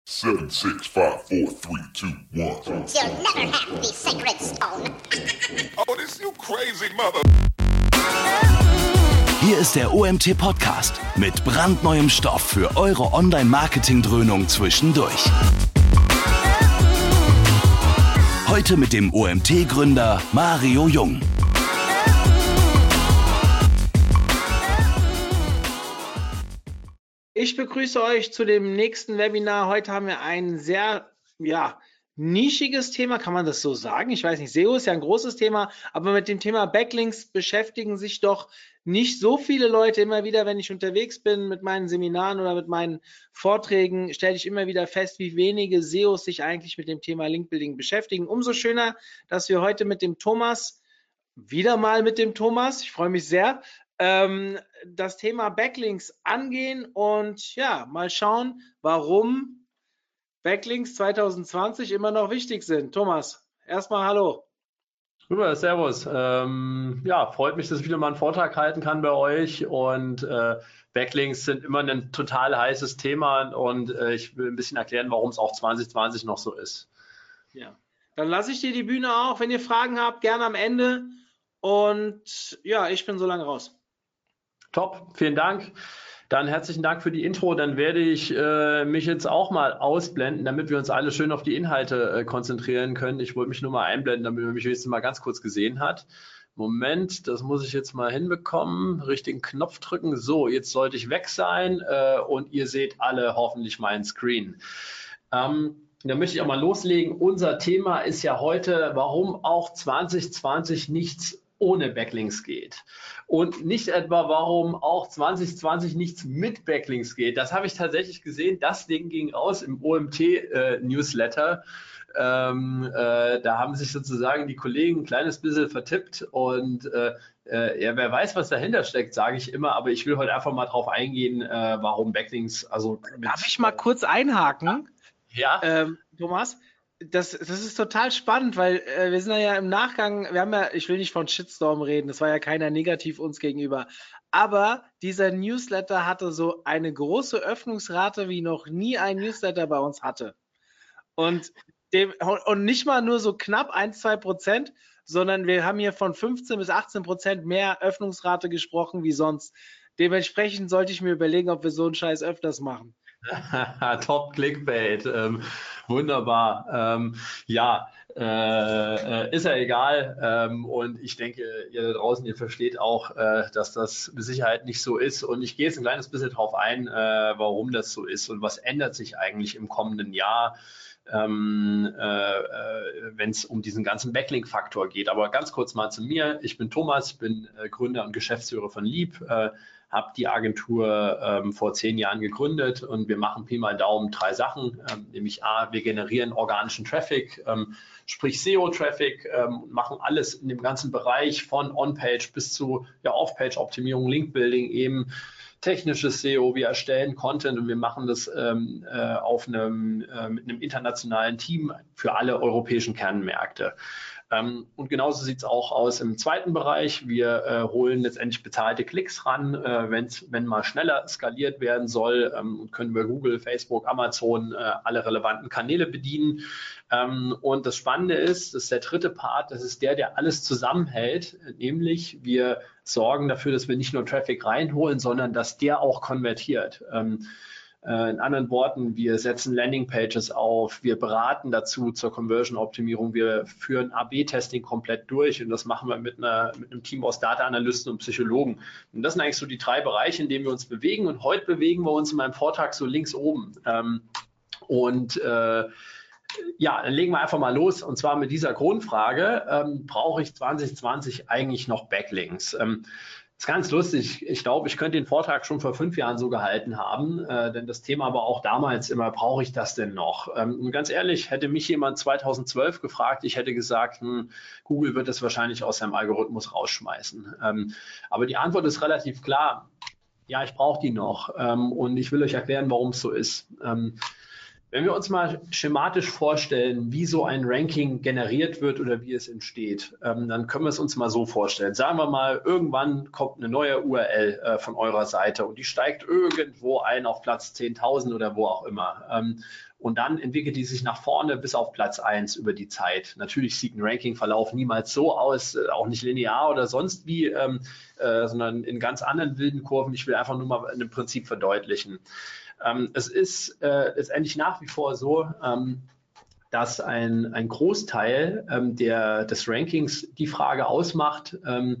Seven, six, five, four, three, two, one. You'll never have the sacred stone. Oh, this you crazy mother. Hier ist der OMT-Podcast mit brandneuem Stoff für eure Online-Marketing-Dröhnung zwischendurch. Heute mit dem OMT-Gründer Mario Jung. Ich begrüße euch zu dem nächsten Webinar. Heute haben wir ein sehr, nischiges Thema, kann man das so sagen? Ich weiß nicht, SEO ist ja ein großes Thema, aber mit dem Thema Backlinks beschäftigen sich doch nicht so viele Leute. Immer wieder, wenn ich unterwegs bin mit meinen Seminaren oder mit meinen Vorträgen, stelle ich immer wieder fest, wie wenige SEOs sich eigentlich mit dem Thema Linkbuilding beschäftigen. Umso schöner, dass wir heute mit dem Thomas, ich freue mich sehr, das Thema Backlinks angehen und ja, mal schauen, warum Backlinks 2020 immer noch wichtig sind. Thomas, erstmal hallo. Super, servus. Freut mich, dass ich wieder mal einen Vortrag halten kann bei euch und Backlinks sind immer ein total heißes Thema und ich will ein bisschen erklären, warum es auch 2020 noch so ist. Ja, dann lasse ich dir die Bühne auch. Wenn ihr Fragen habt, gerne am Ende und ja, ich bin so lange raus. Top, vielen Dank. Dann herzlichen Dank für die Intro. Dann werde ich mich jetzt auch mal ausblenden, damit wir uns alle schön auf die Inhalte konzentrieren können. Ich wollte mich nur mal einblenden, damit man mich wenigstens mal ganz kurz gesehen hat. Moment, das muss ich jetzt mal hinbekommen. Richtigen Knopf drücken. So, jetzt sollte ich weg sein und ihr seht alle hoffentlich meinen Screen. Dann möchte ich auch mal loslegen. Unser Thema ist ja heute, warum auch 2020 nichts ohne Backlinks geht. Und nicht etwa, warum auch 2020 nichts mit Backlinks geht. Das habe ich tatsächlich gesehen. Das Ding ging raus im OMT-Newsletter. Da haben sich sozusagen die Kollegen ein kleines bisschen vertippt. Und wer weiß, was dahinter steckt, sage ich immer. Aber ich will heute einfach mal drauf eingehen, warum Backlinks... Darf ich mal kurz einhaken? Ja. Thomas? Das ist total spannend, weil wir sind ja im Nachgang, ich will nicht von Shitstorm reden, das war ja keiner negativ uns gegenüber, aber dieser Newsletter hatte so eine große Öffnungsrate, wie noch nie ein Newsletter bei uns hatte. Und nicht mal nur so knapp 1-2%, sondern wir haben hier von 15 bis 18% mehr Öffnungsrate gesprochen wie sonst. Dementsprechend sollte ich mir überlegen, ob wir so einen Scheiß öfters machen. Top Clickbait, wunderbar. Ist ja egal. Und ich denke, ihr da draußen, ihr versteht auch, dass das mit Sicherheit nicht so ist. Und ich gehe jetzt ein kleines bisschen drauf ein, warum das so ist und was ändert sich eigentlich im kommenden Jahr, wenn es um diesen ganzen Backlink-Faktor geht. Aber ganz kurz mal zu mir. Ich bin Thomas, bin Gründer und Geschäftsführer von Leap. Habe die Agentur vor 10 Jahren gegründet und wir machen Pi mal Daumen 3 Sachen, nämlich wir generieren organischen Traffic, sprich SEO-Traffic, machen alles in dem ganzen Bereich von On-Page bis zu Off-Page-Optimierung, Link-Building, eben technisches SEO, wir erstellen Content und wir machen das mit einem internationalen Team für alle europäischen Kernmärkte. Und genauso sieht es auch aus im zweiten Bereich. Wir holen letztendlich bezahlte Klicks ran, wenn mal schneller skaliert werden soll, können wir Google, Facebook, Amazon, alle relevanten Kanäle bedienen. Und das Spannende ist, das ist der dritte Part, das ist der alles zusammenhält, nämlich wir sorgen dafür, dass wir nicht nur Traffic reinholen, sondern dass der auch konvertiert. In anderen Worten, wir setzen Landingpages auf, wir beraten dazu zur Conversion-Optimierung, wir führen AB-Testing komplett durch und das machen wir mit einem Team aus Data-Analysten und Psychologen. Und das sind eigentlich so die 3 Bereiche, in denen wir uns bewegen und heute bewegen wir uns in meinem Vortrag so links oben. Dann legen wir einfach mal los und zwar mit dieser Grundfrage, brauche ich 2020 eigentlich noch Backlinks? Ist ganz lustig. Ich glaube, ich könnte den Vortrag schon vor 5 Jahren so gehalten haben, denn das Thema war auch damals immer, brauche ich das denn noch? Und ganz ehrlich, hätte mich jemand 2012 gefragt, ich hätte gesagt, Google wird das wahrscheinlich aus seinem Algorithmus rausschmeißen. Aber die Antwort ist relativ klar. Ja, ich brauche die noch und ich will euch erklären, warum es so ist. Wenn wir uns mal schematisch vorstellen, wie so ein Ranking generiert wird oder wie es entsteht, dann können wir es uns mal so vorstellen. Sagen wir mal, irgendwann kommt eine neue URL von eurer Seite und die steigt irgendwo ein auf Platz 10.000 oder wo auch immer. Und dann entwickelt die sich nach vorne bis auf Platz 1 über die Zeit. Natürlich sieht ein Rankingverlauf niemals so aus, auch nicht linear oder sonst wie, sondern in ganz anderen wilden Kurven. Ich will einfach nur mal ein Prinzip verdeutlichen. Es ist letztendlich nach wie vor so, dass ein Großteil des Rankings die Frage ausmacht,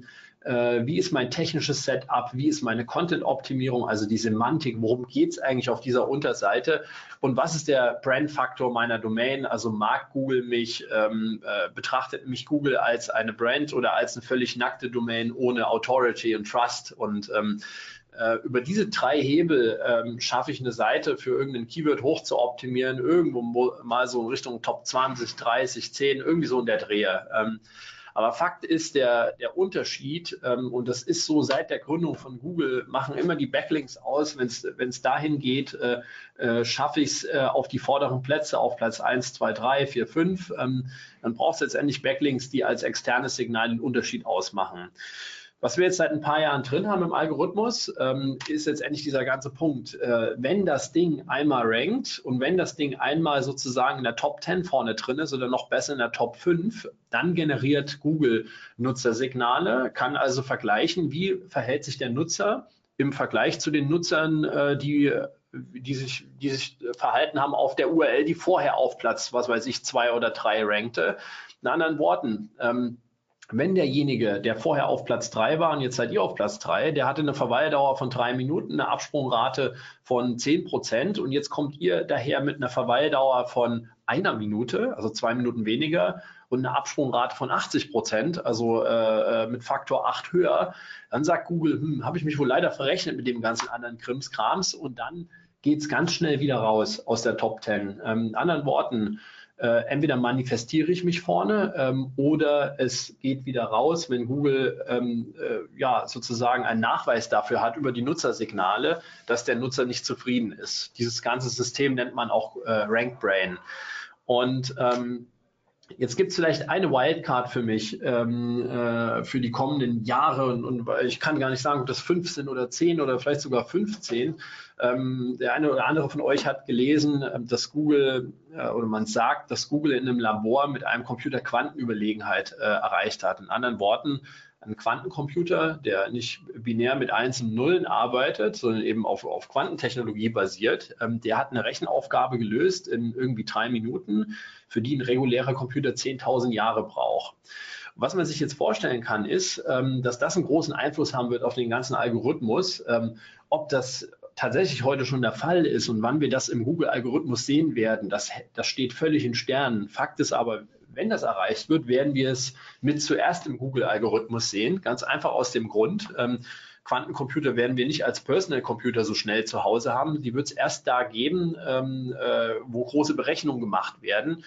wie ist mein technisches Setup, wie ist meine Content-Optimierung, also die Semantik, worum geht es eigentlich auf dieser Unterseite und was ist der Brand-Faktor meiner Domain, also mag Google mich, betrachtet mich Google als eine Brand oder als eine völlig nackte Domain ohne Authority und Trust und über diese 3 Hebel schaffe ich eine Seite für irgendein Keyword hoch zu optimieren, irgendwo mal so in Richtung Top 20, 30, 10, irgendwie so in der Drehe. Aber Fakt ist, der Unterschied, und das ist so seit der Gründung von Google, machen immer die Backlinks aus, wenn es dahin geht, schaffe ich es auf die vorderen Plätze, auf Platz 1, 2, 3, 4, 5, dann braucht es letztendlich Backlinks, die als externes Signal den Unterschied ausmachen. Was wir jetzt seit ein paar Jahren drin haben im Algorithmus, ist letztendlich dieser ganze Punkt. Wenn das Ding einmal rankt und wenn das Ding einmal sozusagen in der Top 10 vorne drin ist oder noch besser in der Top 5, dann generiert Google Nutzersignale, kann also vergleichen, wie verhält sich der Nutzer im Vergleich zu den Nutzern, die sich verhalten haben auf der URL, die vorher auf Platz, was weiß ich, 2 oder 3 rankte. In anderen Worten, wenn derjenige, der vorher auf Platz 3 war und jetzt seid ihr auf Platz 3, der hatte eine Verweildauer von 3 Minuten, eine Absprungrate von 10% und jetzt kommt ihr daher mit einer Verweildauer von 1 Minute, also 2 Minuten weniger und eine Absprungrate von 80%, also mit Faktor 8 höher, dann sagt Google, habe ich mich wohl leider verrechnet mit dem ganzen anderen Krimskrams und dann geht es ganz schnell wieder raus aus der Top 10. In anderen Worten, entweder manifestiere ich mich vorne oder es geht wieder raus, wenn Google sozusagen einen Nachweis dafür hat über die Nutzersignale, dass der Nutzer nicht zufrieden ist. Dieses ganze System nennt man auch RankBrain. Und jetzt gibt es vielleicht eine Wildcard für mich für die kommenden Jahre und ich kann gar nicht sagen, ob das 5 sind oder 10 oder vielleicht sogar 15. Der eine oder andere von euch hat gelesen, dass Google oder man sagt, dass Google in einem Labor mit einem Computer Quantenüberlegenheit erreicht hat. In anderen Worten, ein Quantencomputer, der nicht binär mit Einsen und Nullen arbeitet, sondern eben auf Quantentechnologie basiert, der hat eine Rechenaufgabe gelöst in irgendwie 3 Minuten, für die ein regulärer Computer 10.000 Jahre braucht. Was man sich jetzt vorstellen kann, ist, dass das einen großen Einfluss haben wird auf den ganzen Algorithmus. Ob das tatsächlich heute schon der Fall ist und wann wir das im Google-Algorithmus sehen werden, das steht völlig in Sternen. Fakt ist aber, wenn das erreicht wird, werden wir es mit zuerst im Google-Algorithmus sehen. Ganz einfach aus dem Grund, Quantencomputer werden wir nicht als Personal Computer so schnell zu Hause haben. Die wird es erst da geben, wo große Berechnungen gemacht werden.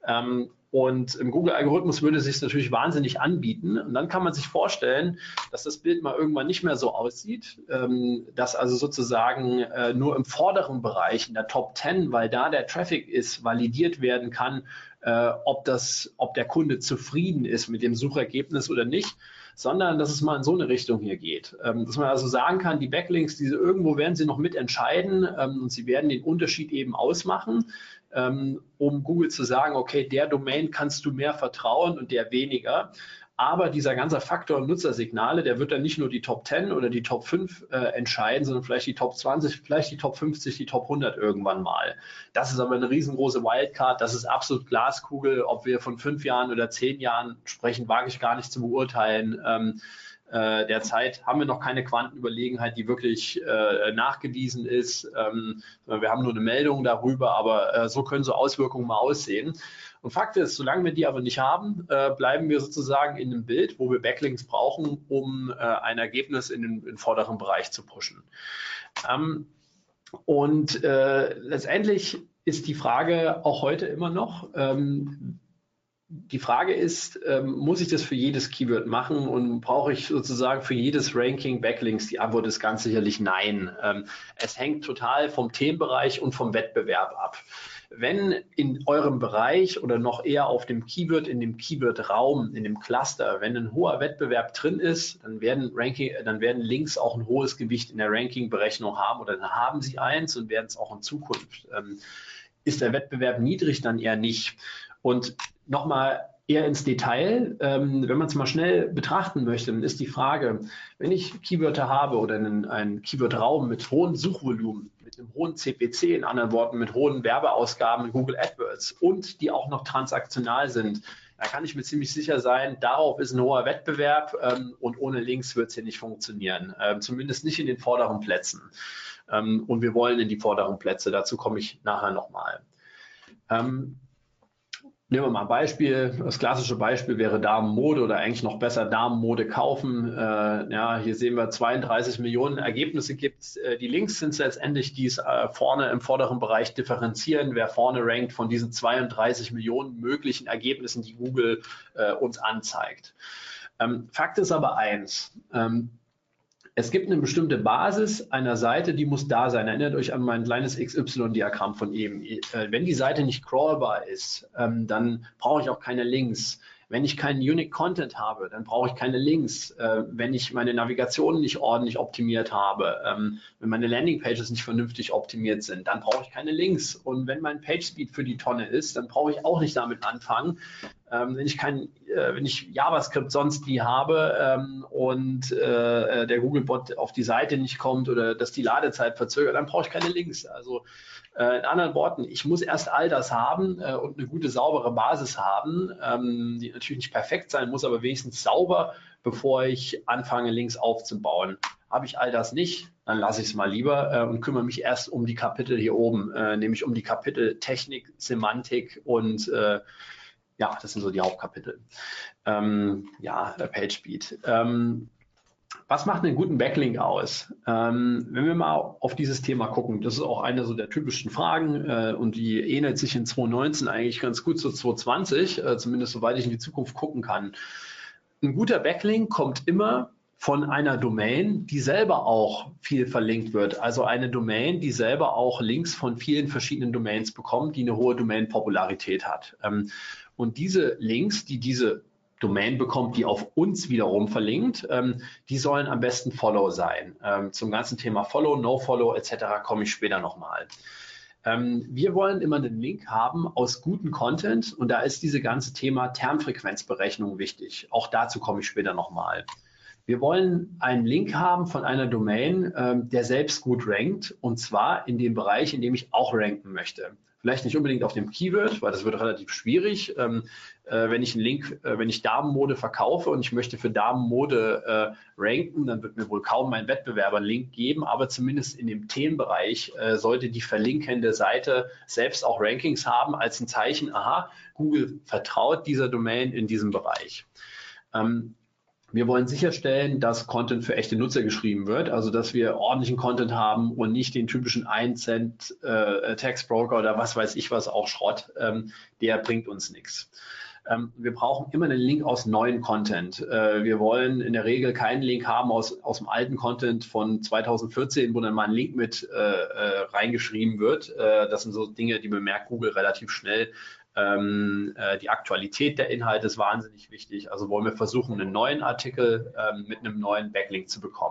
Und im Google-Algorithmus würde es sich natürlich wahnsinnig anbieten. Und dann kann man sich vorstellen, dass das Bild mal irgendwann nicht mehr so aussieht, dass also sozusagen nur im vorderen Bereich, in der Top 10, weil da der Traffic ist, validiert werden kann, ob der Kunde zufrieden ist mit dem Suchergebnis oder nicht, sondern dass es mal in so eine Richtung hier geht. Dass man also sagen kann, die Backlinks, irgendwo werden sie noch mitentscheiden und sie werden den Unterschied eben ausmachen, um Google zu sagen, okay, der Domain kannst du mehr vertrauen und der weniger. Aber dieser ganze Faktor Nutzersignale, der wird dann nicht nur die Top 10 oder die Top 5 entscheiden, sondern vielleicht die Top 20, vielleicht die Top 50, die Top 100 irgendwann mal. Das ist aber eine riesengroße Wildcard. Das ist absolut Glaskugel. Ob wir von 5 Jahren oder 10 Jahren sprechen, wage ich gar nicht zu beurteilen. Derzeit haben wir noch keine Quantenüberlegenheit, die wirklich nachgewiesen ist. Wir haben nur eine Meldung darüber, aber so können so Auswirkungen mal aussehen. Und Fakt ist, solange wir die aber nicht haben, bleiben wir sozusagen in einem Bild, wo wir Backlinks brauchen, um ein Ergebnis in den vorderen Bereich zu pushen. Letztendlich ist die Frage auch heute immer noch, die Frage ist, muss ich das für jedes Keyword machen und brauche ich sozusagen für jedes Ranking Backlinks? Die Antwort ist ganz sicherlich nein. Es hängt total vom Themenbereich und vom Wettbewerb ab. Wenn in eurem Bereich oder noch eher auf dem Keyword, in dem Keyword-Raum, in dem Cluster, wenn ein hoher Wettbewerb drin ist, dann werden Links auch ein hohes Gewicht in der Ranking-Berechnung haben oder dann haben sie eins und werden es auch in Zukunft. Ist der Wettbewerb niedrig, dann eher nicht. Und nochmal eher ins Detail, wenn man es mal schnell betrachten möchte, dann ist die Frage, wenn ich Keywörter habe oder einen Keyword-Raum mit hohem Suchvolumen, mit einem hohen CPC, in anderen Worten mit hohen Werbeausgaben in Google AdWords und die auch noch transaktional sind, da kann ich mir ziemlich sicher sein, darauf ist ein hoher Wettbewerb und ohne Links wird es hier nicht funktionieren, zumindest nicht in den vorderen Plätzen. Und wir wollen in die vorderen Plätze, dazu komme ich nachher nochmal. Nehmen wir mal ein Beispiel. Das klassische Beispiel wäre Damenmode oder eigentlich noch besser Damenmode kaufen. Ja, hier sehen wir 32 Millionen Ergebnisse gibt. Die Links sind letztendlich, die es vorne im vorderen Bereich differenzieren, wer vorne rankt von diesen 32 Millionen möglichen Ergebnissen, die Google uns anzeigt. Fakt ist aber eins. Es gibt eine bestimmte Basis einer Seite, die muss da sein. Erinnert euch an mein kleines XY-Diagramm von eben. Wenn die Seite nicht crawlbar ist, dann brauche ich auch keine Links. Wenn ich keinen Unique Content habe, dann brauche ich keine Links. Wenn ich meine Navigation nicht ordentlich optimiert habe, wenn meine Landingpages nicht vernünftig optimiert sind, dann brauche ich keine Links. Und wenn mein PageSpeed für die Tonne ist, dann brauche ich auch nicht damit anfangen. Wenn ich JavaScript sonst nie habe und der Googlebot auf die Seite nicht kommt oder dass die Ladezeit verzögert, dann brauche ich keine Links. Also in anderen Worten, ich muss erst all das haben und eine gute, saubere Basis haben, die natürlich nicht perfekt sein muss, aber wenigstens sauber, bevor ich anfange, Links aufzubauen. Habe ich all das nicht, dann lasse ich es mal lieber und kümmere mich erst um die Kapitel hier oben, nämlich um die Kapitel Technik, Semantik und ja, das sind so die Hauptkapitel. PageSpeed. Was macht einen guten Backlink aus? Wenn wir mal auf dieses Thema gucken, das ist auch eine so der typischen Fragen und die ähnelt sich in 2019 eigentlich ganz gut zu 2020, zumindest soweit ich in die Zukunft gucken kann. Ein guter Backlink kommt immer von einer Domain, die selber auch viel verlinkt wird. Also eine Domain, die selber auch Links von vielen verschiedenen Domains bekommt, die eine hohe Domain-Popularität hat. Und diese Links, die diese Domain bekommt, die auf uns wiederum verlinkt, die sollen am besten Follow sein. Zum ganzen Thema Follow, No-Follow etc. komme ich später nochmal. Wir wollen immer einen Link haben aus gutem Content und da ist dieses ganze Thema Termfrequenzberechnung wichtig. Auch dazu komme ich später nochmal. Wir wollen einen Link haben von einer Domain, der selbst gut rankt und zwar in dem Bereich, in dem ich auch ranken möchte. Vielleicht nicht unbedingt auf dem Keyword, weil das wird relativ schwierig. Wenn ich Damenmode verkaufe und ich möchte für Damenmode ranken, dann wird mir wohl kaum mein Wettbewerber einen Link geben, aber zumindest in dem Themenbereich sollte die verlinkende Seite selbst auch Rankings haben als ein Zeichen, aha, Google vertraut dieser Domain in diesem Bereich. Wir wollen sicherstellen, dass Content für echte Nutzer geschrieben wird, also dass wir ordentlichen Content haben und nicht den typischen 1 Cent Textbroker oder was weiß ich was, auch Schrott, der bringt uns nichts. Wir brauchen immer einen Link aus neuen Content. Wir wollen in der Regel keinen Link haben aus dem alten Content von 2014, wo dann mal ein Link mit reingeschrieben wird. Das sind so Dinge, die bemerkt Google relativ schnell. Die Aktualität der Inhalte ist wahnsinnig wichtig. Also wollen wir versuchen, einen neuen Artikel mit einem neuen Backlink zu bekommen.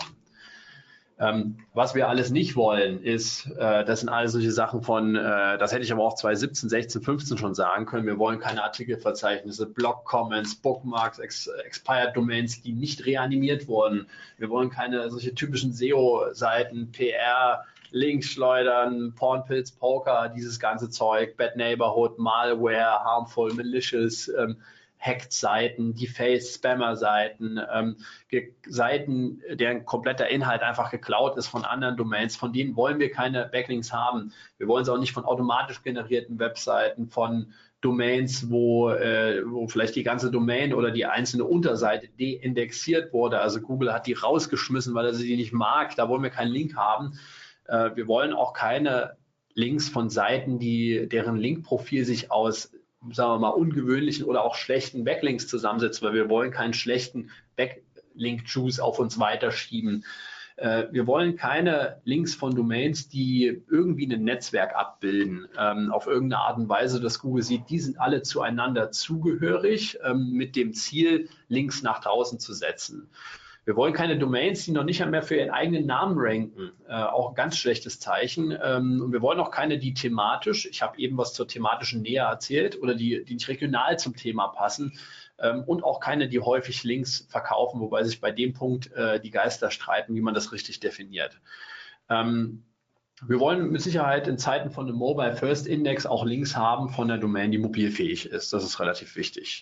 Was wir alles nicht wollen, ist, das sind alles solche Sachen von, das hätte ich aber auch 2017, 16, 15 schon sagen können, wir wollen keine Artikelverzeichnisse, Blog-Comments, Bookmarks, Expired Domains, die nicht reanimiert wurden. Wir wollen keine solche typischen SEO-Seiten, PR, Links schleudern, Pornpills, Poker, dieses ganze Zeug, Bad Neighborhood, Malware, Harmful, Malicious, Hacked-Seiten, Defaced Spammer-Seiten, Seiten, deren kompletter Inhalt einfach geklaut ist von anderen Domains, von denen wollen wir keine Backlinks haben. Wir wollen es auch nicht von automatisch generierten Webseiten, von Domains, wo vielleicht die ganze Domain oder die einzelne Unterseite deindexiert wurde. Also Google hat die rausgeschmissen, weil er sie nicht mag. Da wollen wir keinen Link haben. Wir wollen auch keine Links von Seiten, deren Linkprofil sich aus, sagen wir mal, ungewöhnlichen oder auch schlechten Backlinks zusammensetzt, weil wir wollen keinen schlechten Backlink-Juice auf uns weiterschieben. Wir wollen keine Links von Domains, die irgendwie ein Netzwerk abbilden, auf irgendeine Art und Weise, dass Google sieht, die sind alle zueinander zugehörig, mit dem Ziel, Links nach draußen zu setzen. Wir wollen keine Domains, die noch nicht einmal für ihren eigenen Namen ranken. Auch ein ganz schlechtes Zeichen. Und wir wollen auch keine, die thematisch, ich habe eben was zur thematischen Nähe erzählt, oder die nicht regional zum Thema passen. Und auch keine, die häufig Links verkaufen, wobei sich bei dem Punkt die Geister streiten, wie man das richtig definiert. Wir wollen mit Sicherheit in Zeiten von einem Mobile First Index auch Links haben von der Domain, die mobilfähig ist. Das ist relativ wichtig.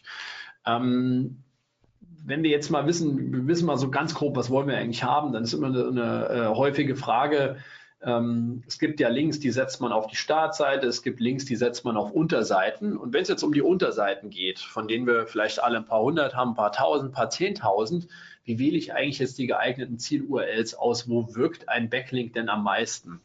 Wenn wir jetzt mal wir wissen mal so ganz grob, was wollen wir eigentlich haben, dann ist immer eine häufige Frage, es gibt ja Links, die setzt man auf die Startseite, es gibt Links, die setzt man auf Unterseiten. Und wenn es jetzt um die Unterseiten geht, von denen wir vielleicht alle ein paar hundert haben, ein paar tausend, ein paar 10.000, wie wähle ich eigentlich jetzt die geeigneten Ziel-URLs aus? Wo wirkt ein Backlink denn am meisten?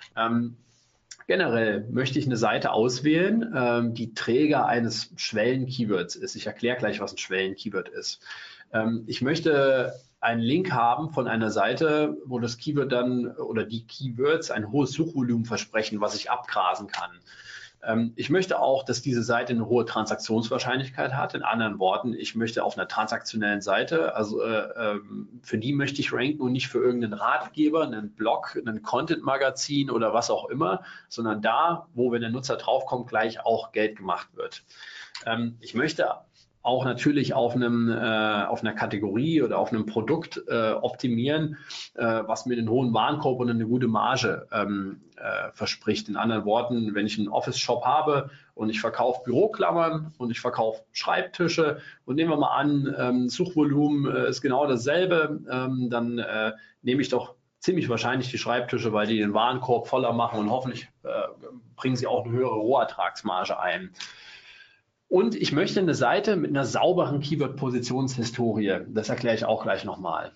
Generell möchte ich eine Seite auswählen, die Träger eines Schwellen-Keywords ist. Ich erkläre gleich, was ein Schwellen-Keyword ist. Ich möchte einen Link haben von einer Seite, wo das Keyword dann oder die Keywords ein hohes Suchvolumen versprechen, was ich abgrasen kann. Ich möchte auch, dass diese Seite eine hohe Transaktionswahrscheinlichkeit hat. In anderen Worten, ich möchte auf einer transaktionellen Seite, also für die möchte ich ranken und nicht für irgendeinen Ratgeber, einen Blog, ein Content-Magazin oder was auch immer, sondern da, wo, wenn der Nutzer draufkommt, gleich auch Geld gemacht wird. Ich möchte auch natürlich auf einer Kategorie oder auf einem Produkt optimieren, was mir einen hohen Warenkorb und eine gute Marge verspricht. In anderen Worten, wenn ich einen Office-Shop habe und ich verkaufe Büroklammern und ich verkaufe Schreibtische und nehmen wir mal an, Suchvolumen ist genau dasselbe, dann nehme ich doch ziemlich wahrscheinlich die Schreibtische, weil die den Warenkorb voller machen und hoffentlich bringen sie auch eine höhere Rohertragsmarge ein. Und ich möchte eine Seite mit einer sauberen Keyword-Positionshistorie. Das erkläre ich auch gleich nochmal.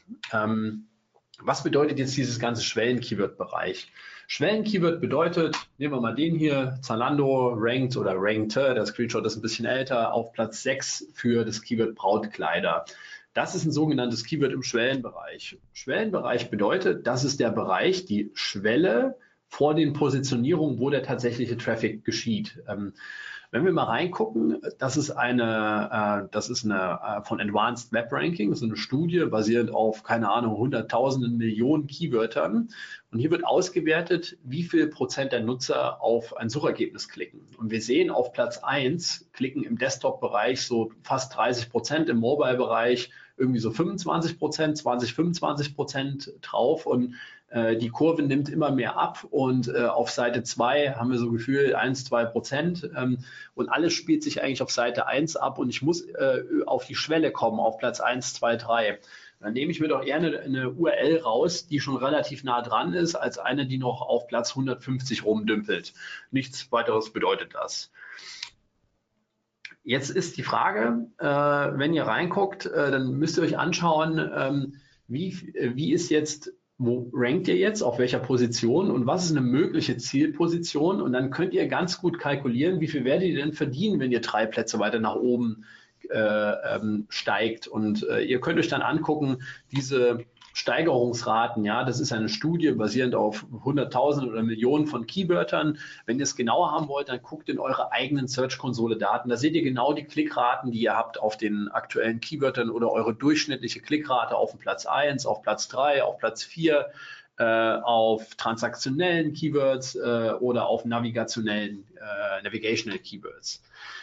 Was bedeutet jetzt dieses ganze Schwellen-Keyword-Bereich? Schwellen-Keyword bedeutet, nehmen wir mal den hier, Zalando ranked oder rankte, der Screenshot ist ein bisschen älter, auf Platz 6 für das Keyword Brautkleider. Das ist ein sogenanntes Keyword im Schwellenbereich. Schwellenbereich bedeutet, das ist der Bereich, die Schwelle vor den Positionierungen, wo der tatsächliche Traffic geschieht. Wenn wir mal reingucken, das ist eine von Advanced Web Ranking, das ist eine Studie basierend auf, keine Ahnung, hunderttausenden, Millionen Keywörtern. Und hier wird ausgewertet, wie viel Prozent der Nutzer auf ein Suchergebnis klicken. Und wir sehen, auf Platz 1 klicken im Desktop-Bereich so fast 30%, im Mobile-Bereich irgendwie so 25%, 25% drauf. Und die Kurve nimmt immer mehr ab und auf Seite 2 haben wir so gefühlt 1-2%, und alles spielt sich eigentlich auf Seite 1 ab und ich muss auf die Schwelle kommen, auf Platz 1, 2, 3. Dann nehme ich mir doch eher eine URL raus, die schon relativ nah dran ist, als eine, die noch auf Platz 150 rumdümpelt. Nichts weiteres bedeutet das. Jetzt ist die Frage, wenn ihr reinguckt, dann müsst ihr euch anschauen, wie ist jetzt, wo rankt ihr jetzt, auf welcher Position und was ist eine mögliche Zielposition, und dann könnt ihr ganz gut kalkulieren, wie viel werdet ihr denn verdienen, wenn ihr 3 Plätze weiter nach oben steigt, und ihr könnt euch dann angucken, diese Steigerungsraten, ja, das ist eine Studie basierend auf Hunderttausenden oder Millionen von Keywörtern. Wenn ihr es genauer haben wollt, dann guckt in eure eigenen Search-Konsole-Daten. Da seht ihr genau die Klickraten, die ihr habt auf den aktuellen Keywörtern oder eure durchschnittliche Klickrate auf Platz 1, auf Platz 3, auf Platz 4, auf transaktionellen Keywords oder auf navigational Keywords.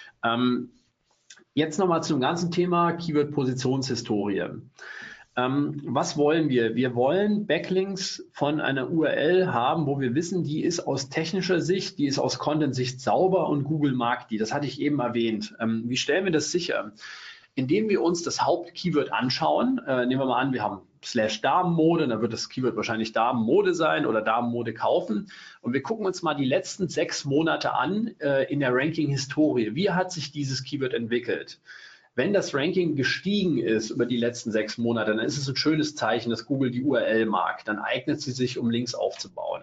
Jetzt nochmal zum ganzen Thema Keyword-Positionshistorie. Was wollen wir? Wir wollen Backlinks von einer URL haben, wo wir wissen, die ist aus technischer Sicht, die ist aus Content-Sicht sauber und Google mag die. Das hatte ich eben erwähnt. Wie stellen wir das sicher? Indem wir uns das Hauptkeyword anschauen. Nehmen wir mal an, wir haben /Damenmode, dann wird das Keyword wahrscheinlich Damenmode sein oder Damenmode kaufen. Und wir gucken uns mal die letzten 6 Monate an in der Ranking-Historie. Wie hat sich dieses Keyword entwickelt? Wenn das Ranking gestiegen ist über die letzten 6 Monate, dann ist es ein schönes Zeichen, dass Google die URL mag. Dann eignet sie sich, um Links aufzubauen.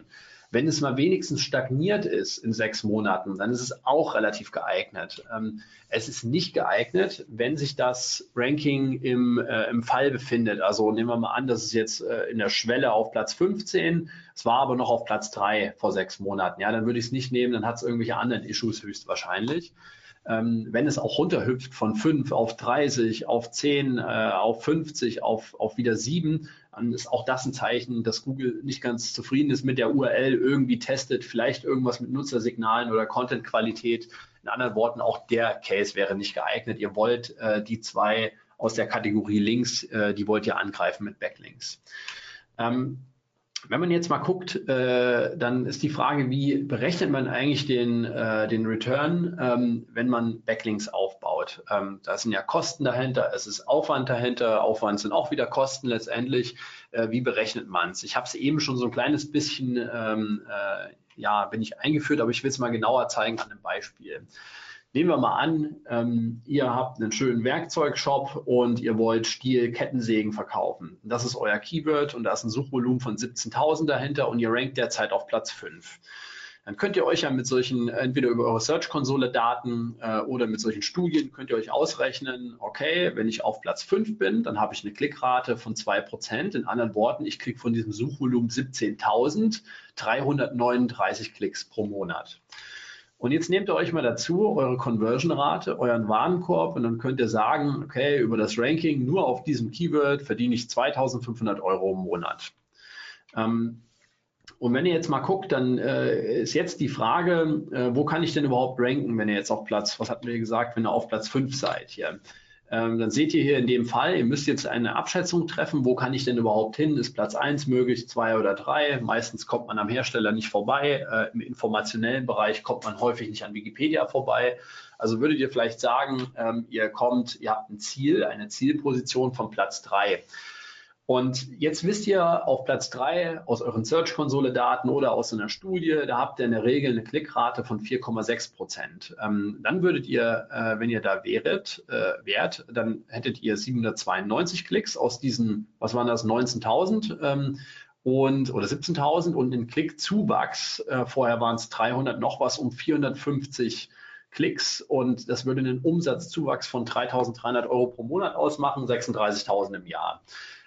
Wenn es mal wenigstens stagniert ist in 6 Monaten, dann ist es auch relativ geeignet. Es ist nicht geeignet, wenn sich das Ranking im Fall befindet. Also nehmen wir mal an, das ist jetzt in der Schwelle auf Platz 15, es war aber noch auf Platz 3 vor 6 Monaten. Ja, dann würde ich es nicht nehmen, dann hat es irgendwelche anderen Issues höchstwahrscheinlich. Wenn es auch runterhüpft von 5 auf 30, auf 10, auf 50, auf wieder 7, dann ist auch das ein Zeichen, dass Google nicht ganz zufrieden ist mit der URL, irgendwie testet, vielleicht irgendwas mit Nutzersignalen oder Content-Qualität. In anderen Worten, auch der Case wäre nicht geeignet. Ihr wollt die 2 aus der Kategorie Links, die wollt ihr angreifen mit Backlinks. Wenn man jetzt mal guckt, dann ist die Frage, wie berechnet man eigentlich den Return, wenn man Backlinks aufbaut? Da sind ja Kosten dahinter, es ist Aufwand dahinter, Aufwand sind auch wieder Kosten letztendlich. Wie berechnet man es? Ich habe es eben schon so ein kleines bisschen, bin ich eingeführt, aber ich will es mal genauer zeigen an einem Beispiel. Nehmen wir mal an, ihr habt einen schönen Werkzeugshop und ihr wollt Stihl-Kettensägen verkaufen. Das ist euer Keyword und da ist ein Suchvolumen von 17.000 dahinter und ihr rankt derzeit auf Platz 5. Dann könnt ihr euch ja mit solchen, entweder über eure Search-Konsole-Daten oder mit solchen Studien, könnt ihr euch ausrechnen, okay, wenn ich auf Platz 5 bin, dann habe ich eine Klickrate von 2%. In anderen Worten, ich kriege von diesem Suchvolumen 17.339 Klicks pro Monat. Und jetzt nehmt ihr euch mal dazu eure Conversion-Rate, euren Warenkorb und dann könnt ihr sagen, okay, über das Ranking nur auf diesem Keyword verdiene ich 2.500 € im Monat. Und wenn ihr jetzt mal guckt, dann ist jetzt die Frage, wo kann ich denn überhaupt ranken, wenn ihr jetzt auf Platz, was hatten wir gesagt, wenn ihr auf Platz 5 seid hier. Dann seht ihr hier in dem Fall, ihr müsst jetzt eine Abschätzung treffen, wo kann ich denn überhaupt hin? Ist Platz 1 möglich, 2 oder 3? Meistens kommt man am Hersteller nicht vorbei. Im informationellen Bereich kommt man häufig nicht an Wikipedia vorbei. Also würdet ihr vielleicht sagen, ihr habt ein Ziel, eine Zielposition von Platz 3. Und jetzt wisst ihr, auf Platz 3 aus euren Search-Konsole-Daten oder aus einer Studie, da habt ihr in der Regel eine Klickrate von 4,6%. Dann würdet ihr, wenn ihr da wärt, dann hättet ihr 792 Klicks aus diesen, was waren das, 19.000 oder 17.000 und einen Klickzuwachs, vorher waren es 300 noch was, um 450 Klicks und das würde einen Umsatzzuwachs von 3.300 € pro Monat ausmachen, 36.000 im Jahr.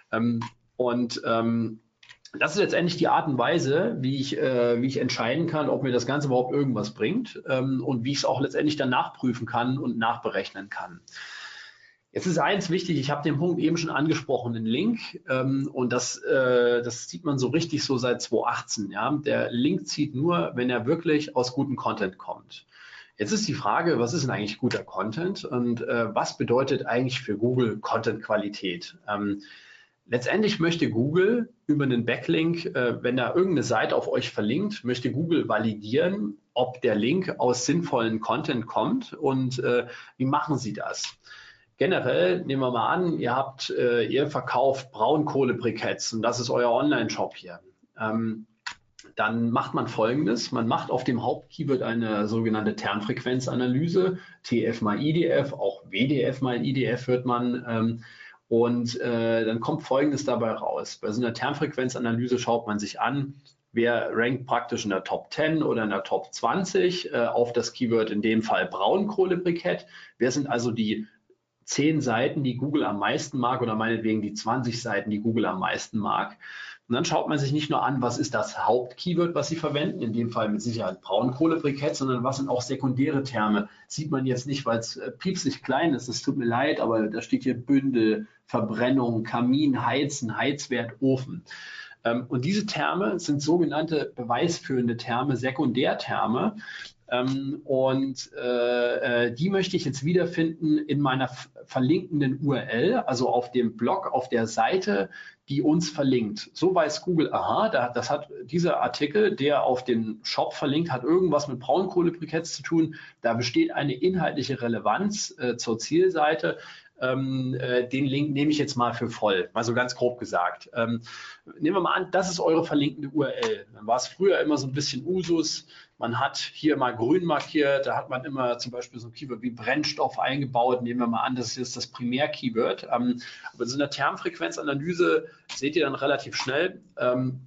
Das ist letztendlich die Art und Weise, wie ich entscheiden kann, ob mir das Ganze überhaupt irgendwas bringt und wie ich es auch letztendlich dann nachprüfen kann und nachberechnen kann. Jetzt ist eins wichtig, ich habe den Punkt eben schon angesprochen, den Link, und das sieht man so richtig so seit 2018. Ja? Der Link zieht nur, wenn er wirklich aus gutem Content kommt. Jetzt ist die Frage, was ist denn eigentlich guter Content und was bedeutet eigentlich für Google Content-Qualität? Letztendlich möchte Google über einen Backlink, wenn da irgendeine Seite auf euch verlinkt, möchte Google validieren, ob der Link aus sinnvollen Content kommt und wie machen sie das? Generell nehmen wir mal an, ihr verkauft Braunkohlebriketts und das ist euer Online-Shop hier. Dann macht man Folgendes, man macht auf dem Hauptkeyword eine sogenannte Termfrequenzanalyse, TF mal IDF, auch WDF mal IDF hört man, und dann kommt Folgendes dabei raus. Bei so einer Termfrequenzanalyse schaut man sich an, wer rankt praktisch in der Top 10 oder in der Top 20 auf das Keyword, in dem Fall Braunkohlebrikett. Wer sind also die 10 Seiten, die Google am meisten mag oder meinetwegen die 20 Seiten, die Google am meisten mag. Und dann schaut man sich nicht nur an, was ist das Hauptkeyword, was Sie verwenden, in dem Fall mit Sicherheit Braunkohlebrikett, sondern was sind auch sekundäre Terme. Sieht man jetzt nicht, weil es piepsig klein ist, es tut mir leid, aber da steht hier Bündel, Verbrennung, Kamin, Heizen, Heizwert, Ofen. Und diese Terme sind sogenannte beweisführende Terme, Sekundärterme. Die möchte ich jetzt wiederfinden in meiner verlinkenden URL, also auf dem Blog, auf der Seite, die uns verlinkt. So weiß Google, aha, das hat dieser Artikel, der auf den Shop verlinkt, hat irgendwas mit Braunkohlebriketts zu tun. Da besteht eine inhaltliche Relevanz zur Zielseite. Den Link nehme ich jetzt mal für voll, mal so ganz grob gesagt. Nehmen wir mal an, das ist eure verlinkende URL. Dann war es früher immer so ein bisschen Usus. Man hat hier mal grün markiert, da hat man immer zum Beispiel so ein Keyword wie Brennstoff eingebaut. Nehmen wir mal an, das ist jetzt das Primär-Keyword. Aber in so einer Termfrequenzanalyse seht ihr dann relativ schnell,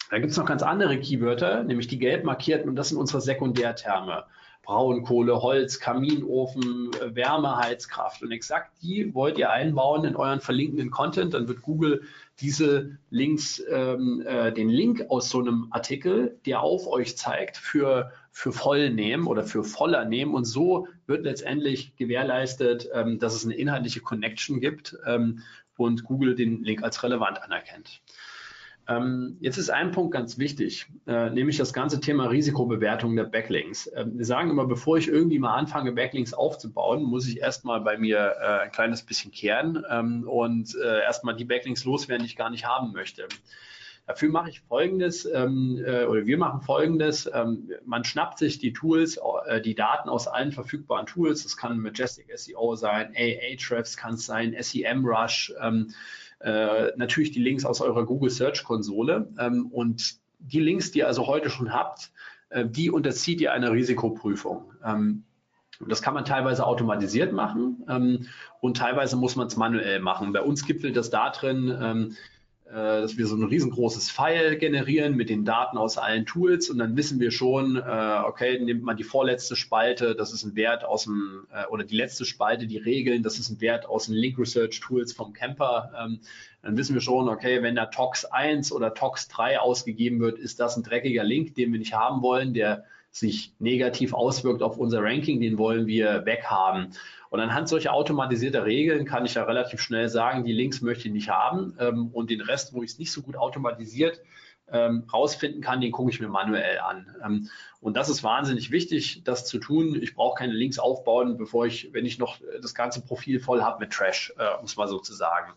Da gibt es noch ganz andere Keywörter, nämlich die gelb markierten, und das sind unsere Sekundärterme. Braunkohle, Holz, Kaminofen, Wärmeheizkraft. Und exakt die wollt ihr einbauen in euren verlinkenden Content. Dann wird Google diese Links, den Link aus so einem Artikel, der auf euch zeigt, für voll nehmen oder für voller nehmen. Und so wird letztendlich gewährleistet, dass es eine inhaltliche Connection gibt und Google den Link als relevant anerkennt. Jetzt ist ein Punkt ganz wichtig, nämlich das ganze Thema Risikobewertung der Backlinks. Wir sagen immer, bevor ich irgendwie mal anfange, Backlinks aufzubauen, muss ich erstmal bei mir ein kleines bisschen kehren und erstmal die Backlinks loswerden, die ich gar nicht haben möchte. Dafür mache ich Folgendes, oder wir machen Folgendes. Man schnappt sich die Tools, die Daten aus allen verfügbaren Tools. Das kann Majestic SEO sein, Ahrefs kann es sein, SEMrush, natürlich die Links aus eurer Google Search Konsole und die Links, die ihr also heute schon habt, die unterzieht ihr einer Risikoprüfung. Das kann man teilweise automatisiert machen und teilweise muss man es manuell machen. Bei uns gipfelt das da drin, dass wir so ein riesengroßes File generieren mit den Daten aus allen Tools und dann wissen wir schon, okay, nimmt man die vorletzte Spalte, das ist ein Wert aus dem, oder die letzte Spalte, die Regeln, das ist ein Wert aus den Link Research Tools vom Camper, dann wissen wir schon, okay, wenn da TOX 1 oder TOX 3 ausgegeben wird, ist das ein dreckiger Link, den wir nicht haben wollen, der sich negativ auswirkt auf unser Ranking, den wollen wir weghaben. Und anhand solcher automatisierter Regeln kann ich ja relativ schnell sagen, die Links möchte ich nicht haben und den Rest, wo ich es nicht so gut automatisiert rausfinden kann, den gucke ich mir manuell an. Und das ist wahnsinnig wichtig, das zu tun. Ich brauche keine Links aufbauen, wenn ich noch das ganze Profil voll habe mit Trash, muss man sozusagen.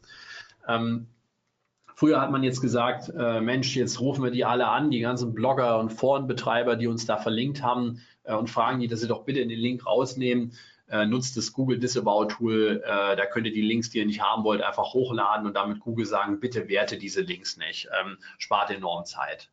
Früher hat man jetzt gesagt, Mensch, jetzt rufen wir die alle an, die ganzen Blogger und Forenbetreiber, die uns da verlinkt haben und fragen die, dass sie doch bitte den Link rausnehmen. Nutzt das Google Disavow Tool, da könnt ihr die Links, die ihr nicht haben wollt, einfach hochladen und damit Google sagen, bitte werte diese Links nicht, spart enorm Zeit.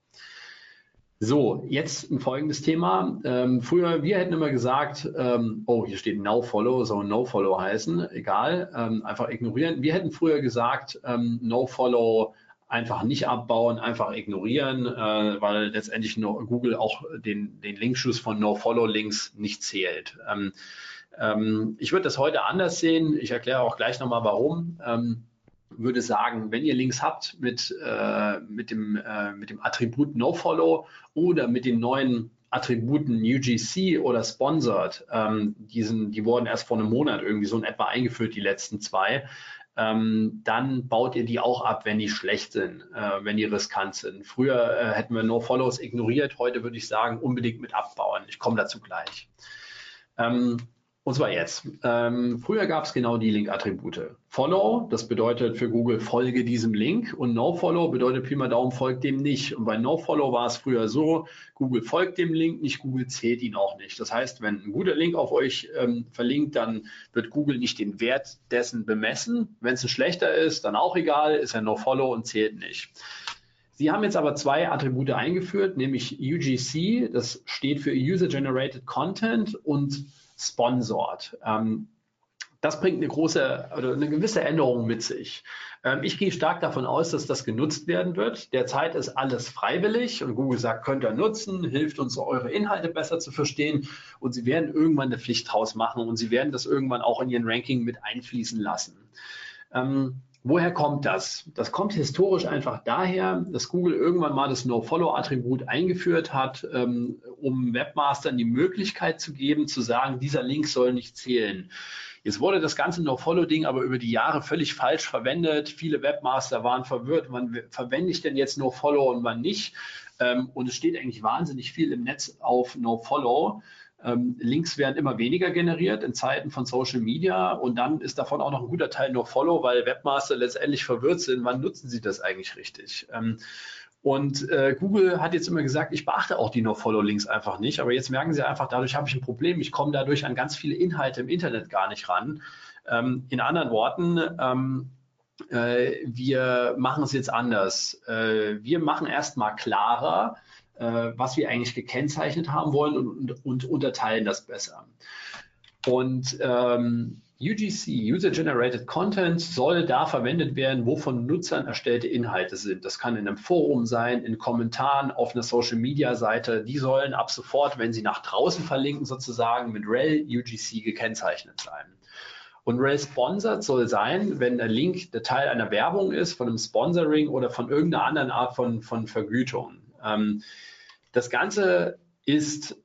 So, jetzt ein folgendes Thema. Früher, wir hätten immer gesagt, oh, hier steht NoFollow, soll NoFollow heißen, egal, einfach ignorieren. Wir hätten früher gesagt, NoFollow einfach nicht abbauen, einfach ignorieren, weil letztendlich Google auch den Linkschuss von NoFollow-Links nicht zählt. Ich würde das heute anders sehen. Ich erkläre auch gleich nochmal, warum. Würde sagen, wenn ihr Links habt mit dem Attribut NoFollow oder mit den neuen Attributen UGC oder Sponsored, die wurden erst vor einem Monat irgendwie so in etwa eingeführt, die letzten zwei, dann baut ihr die auch ab, wenn die schlecht sind, wenn die riskant sind. Früher hätten wir NoFollows ignoriert, heute würde ich sagen, unbedingt mit abbauen. Ich komme dazu gleich. Und zwar jetzt. Früher gab es genau die Link-Attribute. Follow, das bedeutet für Google, folge diesem Link. Und NoFollow bedeutet Pi mal Daumen, folgt dem nicht. Und bei NoFollow war es früher so, Google folgt dem Link nicht, Google zählt ihn auch nicht. Das heißt, wenn ein guter Link auf euch verlinkt, dann wird Google nicht den Wert dessen bemessen. Wenn es ein schlechter ist, dann auch egal, ist er NoFollow und zählt nicht. Sie haben jetzt aber zwei Attribute eingeführt, nämlich UGC, das steht für User Generated Content, und Sponsored. Das bringt eine gewisse Änderung mit sich. Ich gehe stark davon aus, dass das genutzt werden wird. Derzeit ist alles freiwillig und Google sagt, könnt ihr nutzen, hilft uns, eure Inhalte besser zu verstehen, und sie werden irgendwann eine Pflicht draus machen und sie werden das irgendwann auch in ihren Ranking mit einfließen lassen. Woher kommt das? Das kommt historisch einfach daher, dass Google irgendwann mal das NoFollow-Attribut eingeführt hat, um Webmastern die Möglichkeit zu geben, zu sagen, dieser Link soll nicht zählen. Jetzt wurde das ganze NoFollow-Ding aber über die Jahre völlig falsch verwendet. Viele Webmaster waren verwirrt, wann verwende ich denn jetzt NoFollow und wann nicht? Und es steht eigentlich wahnsinnig viel im Netz auf NoFollow. Links werden immer weniger generiert in Zeiten von Social Media, und dann ist davon auch noch ein guter Teil NoFollow, weil Webmaster letztendlich verwirrt sind, wann nutzen sie das eigentlich richtig. Und Google hat jetzt immer gesagt, ich beachte auch die NoFollow-Links einfach nicht, aber jetzt merken sie einfach, dadurch habe ich ein Problem, ich komme dadurch an ganz viele Inhalte im Internet gar nicht ran. In anderen Worten, wir machen es jetzt anders. Wir machen erstmal klarer, was wir eigentlich gekennzeichnet haben wollen, und unterteilen das besser. Und UGC, User Generated Content, soll da verwendet werden, wo von Nutzern erstellte Inhalte sind. Das kann in einem Forum sein, in Kommentaren auf einer Social-Media-Seite. Die sollen ab sofort, wenn sie nach draußen verlinken, sozusagen mit rel UGC gekennzeichnet sein. Und rel Sponsored soll sein, wenn der Link der Teil einer Werbung ist, von einem Sponsoring oder von irgendeiner anderen Art von Vergütung. Das Ganze ist,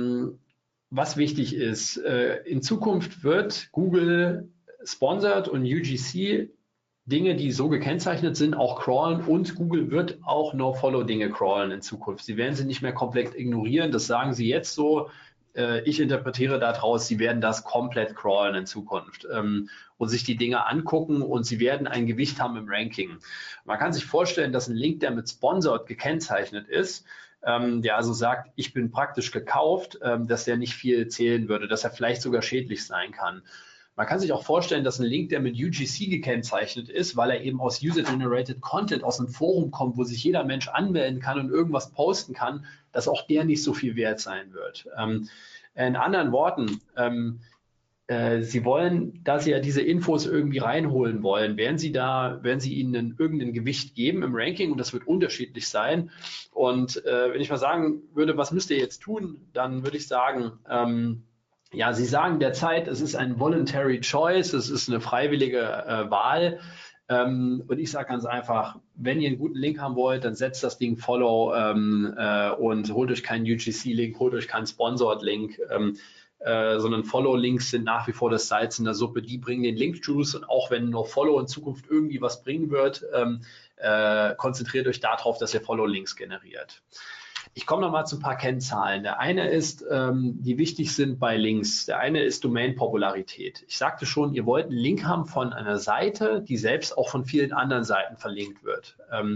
was wichtig ist, in Zukunft wird Google Sponsored und UGC Dinge, die so gekennzeichnet sind, auch crawlen, und Google wird auch No-Follow-Dinge crawlen in Zukunft. Sie werden sie nicht mehr komplett ignorieren, das sagen sie jetzt so. Ich interpretiere daraus, sie werden das komplett crawlen in Zukunft und sich die Dinge angucken, und sie werden ein Gewicht haben im Ranking. Man kann sich vorstellen, dass ein Link, der mit Sponsored gekennzeichnet ist, der also sagt, ich bin praktisch gekauft, dass der nicht viel zählen würde, dass er vielleicht sogar schädlich sein kann. Man kann sich auch vorstellen, dass ein Link, der mit UGC gekennzeichnet ist, weil er eben aus User-Generated Content, aus einem Forum kommt, wo sich jeder Mensch anmelden kann und irgendwas posten kann, dass auch der nicht so viel wert sein wird. In anderen Worten, Sie wollen, da Sie ja diese Infos irgendwie reinholen wollen, werden Sie ihnen irgendein Gewicht geben im Ranking, und das wird unterschiedlich sein. Und wenn ich mal sagen würde, was müsst ihr jetzt tun, dann würde ich sagen, ja, Sie sagen derzeit, es ist ein Voluntary Choice, es ist eine freiwillige Wahl. Und ich sage ganz einfach, wenn ihr einen guten Link haben wollt, dann setzt das Ding Follow und holt euch keinen UGC-Link, holt euch keinen Sponsored-Link, sondern Follow-Links sind nach wie vor das Salz in der Suppe. Die bringen den Link-Juice, und auch wenn nur Follow in Zukunft irgendwie was bringen wird, konzentriert euch darauf, dass ihr Follow-Links generiert. Ich komme noch mal zu ein paar Kennzahlen. Der eine ist, die wichtig sind bei Links. Der eine ist Domain-Popularität. Ich sagte schon, ihr wollt einen Link haben von einer Seite, die selbst auch von vielen anderen Seiten verlinkt wird.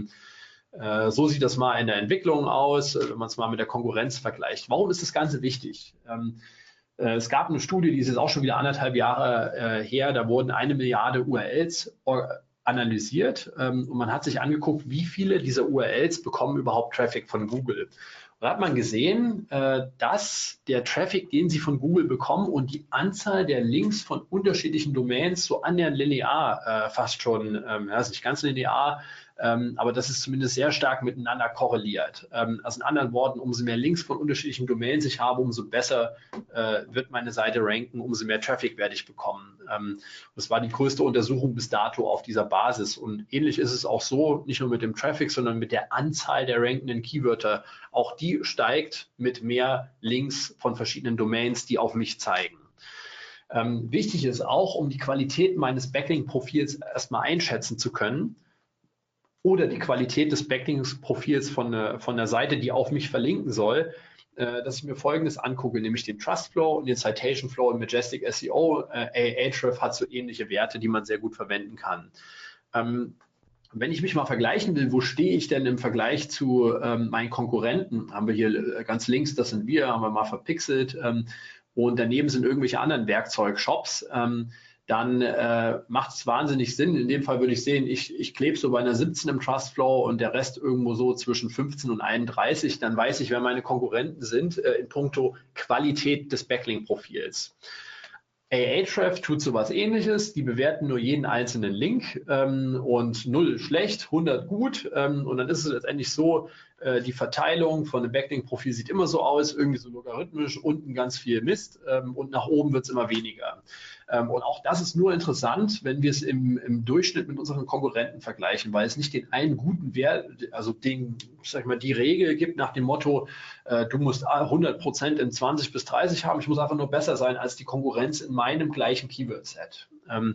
So sieht das mal in der Entwicklung aus, wenn man es mal mit der Konkurrenz vergleicht. Warum ist das Ganze wichtig? Es gab eine Studie, die ist jetzt auch schon wieder 1,5 Jahre her, da wurden 1 Milliarde URLs analysiert, und man hat sich angeguckt, wie viele dieser URLs bekommen überhaupt Traffic von Google. Und da hat man gesehen, dass der Traffic, den sie von Google bekommen, und die Anzahl der Links von unterschiedlichen Domains so annähernd linear fast schon, ja, ist nicht ganz linear, aber das ist zumindest sehr stark miteinander korreliert. Also in anderen Worten, umso mehr Links von unterschiedlichen Domains ich habe, umso besser wird meine Seite ranken, umso mehr Traffic werde ich bekommen. Das war die größte Untersuchung bis dato auf dieser Basis. Und ähnlich ist es auch so, nicht nur mit dem Traffic, sondern mit der Anzahl der rankenden Keywörter. Auch die steigt mit mehr Links von verschiedenen Domains, die auf mich zeigen. Wichtig ist auch, um die Qualität meines Backlink-Profils erstmal einschätzen zu können, oder die Qualität des Backlinks-Profils von der Seite, die auf mich verlinken soll, dass ich mir Folgendes angucke, nämlich den Trust Flow und den Citation Flow in Majestic SEO. Ahrefs hat so ähnliche Werte, die man sehr gut verwenden kann. Wenn ich mich mal vergleichen will, wo stehe ich denn im Vergleich zu meinen Konkurrenten, haben wir hier ganz links, das sind wir, haben wir mal verpixelt, und daneben sind irgendwelche anderen Werkzeugshops, dann macht es wahnsinnig Sinn. In dem Fall würde ich sehen, ich klebe so bei einer 17 im Trust Flow und der Rest irgendwo so zwischen 15 und 31. Dann weiß ich, wer meine Konkurrenten sind in puncto Qualität des Backlink-Profils. Ahrefs tut sowas Ähnliches. Die bewerten nur jeden einzelnen Link und 0 schlecht, 100 gut. Und dann ist es letztendlich so, die Verteilung von dem Backlink-Profil sieht immer so aus, irgendwie so logarithmisch, unten ganz viel Mist und nach oben wird es immer weniger. Und auch das ist nur interessant, wenn wir es im Durchschnitt mit unseren Konkurrenten vergleichen, weil es nicht den einen guten Wert, also die Regel gibt nach dem Motto, du musst 100% in 20 bis 30 haben, ich muss einfach nur besser sein als die Konkurrenz in meinem gleichen Keyword-Set.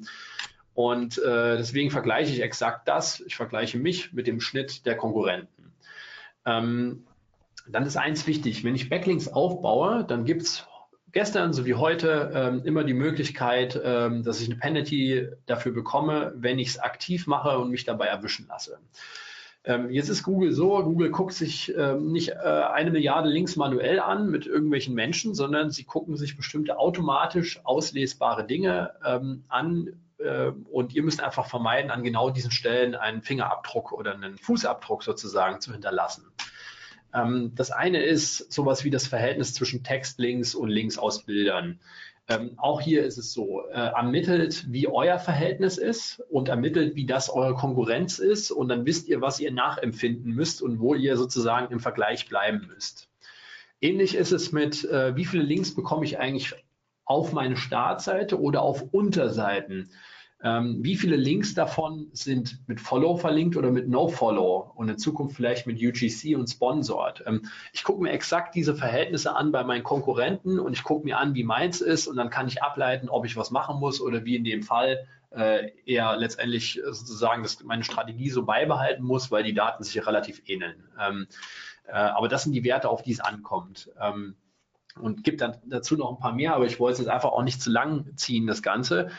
Und deswegen vergleiche ich exakt das. Ich vergleiche mich mit dem Schnitt der Konkurrenten. Dann ist eins wichtig, wenn ich Backlinks aufbaue, dann gibt es gestern sowie heute immer die Möglichkeit, dass ich eine Penalty dafür bekomme, wenn ich es aktiv mache und mich dabei erwischen lasse. Jetzt ist Google so, Google guckt sich nicht 1 Milliarde Links manuell an mit irgendwelchen Menschen, sondern sie gucken sich bestimmte automatisch auslesbare Dinge an, und ihr müsst einfach vermeiden, an genau diesen Stellen einen Fingerabdruck oder einen Fußabdruck sozusagen zu hinterlassen. Das eine ist sowas wie das Verhältnis zwischen Textlinks und Links aus Bildern. Auch hier ist es so, ermittelt, wie euer Verhältnis ist und ermittelt, wie das eure Konkurrenz ist und dann wisst ihr, was ihr nachempfinden müsst und wo ihr sozusagen im Vergleich bleiben müsst. Ähnlich ist es mit, wie viele Links bekomme ich eigentlich auf meine Startseite oder auf Unterseiten. Wie viele Links davon sind mit Follow verlinkt oder mit No-Follow und in Zukunft vielleicht mit UGC und Sponsored. Ich gucke mir exakt diese Verhältnisse an bei meinen Konkurrenten und ich gucke mir an, wie meins ist und dann kann ich ableiten, ob ich was machen muss oder wie in dem Fall eher letztendlich sozusagen meine Strategie so beibehalten muss, weil die Daten sich relativ ähneln. Aber das sind die Werte, auf die es ankommt. Und gibt dann dazu noch ein paar mehr, aber ich wollte es jetzt einfach auch nicht zu lang ziehen, das Ganze.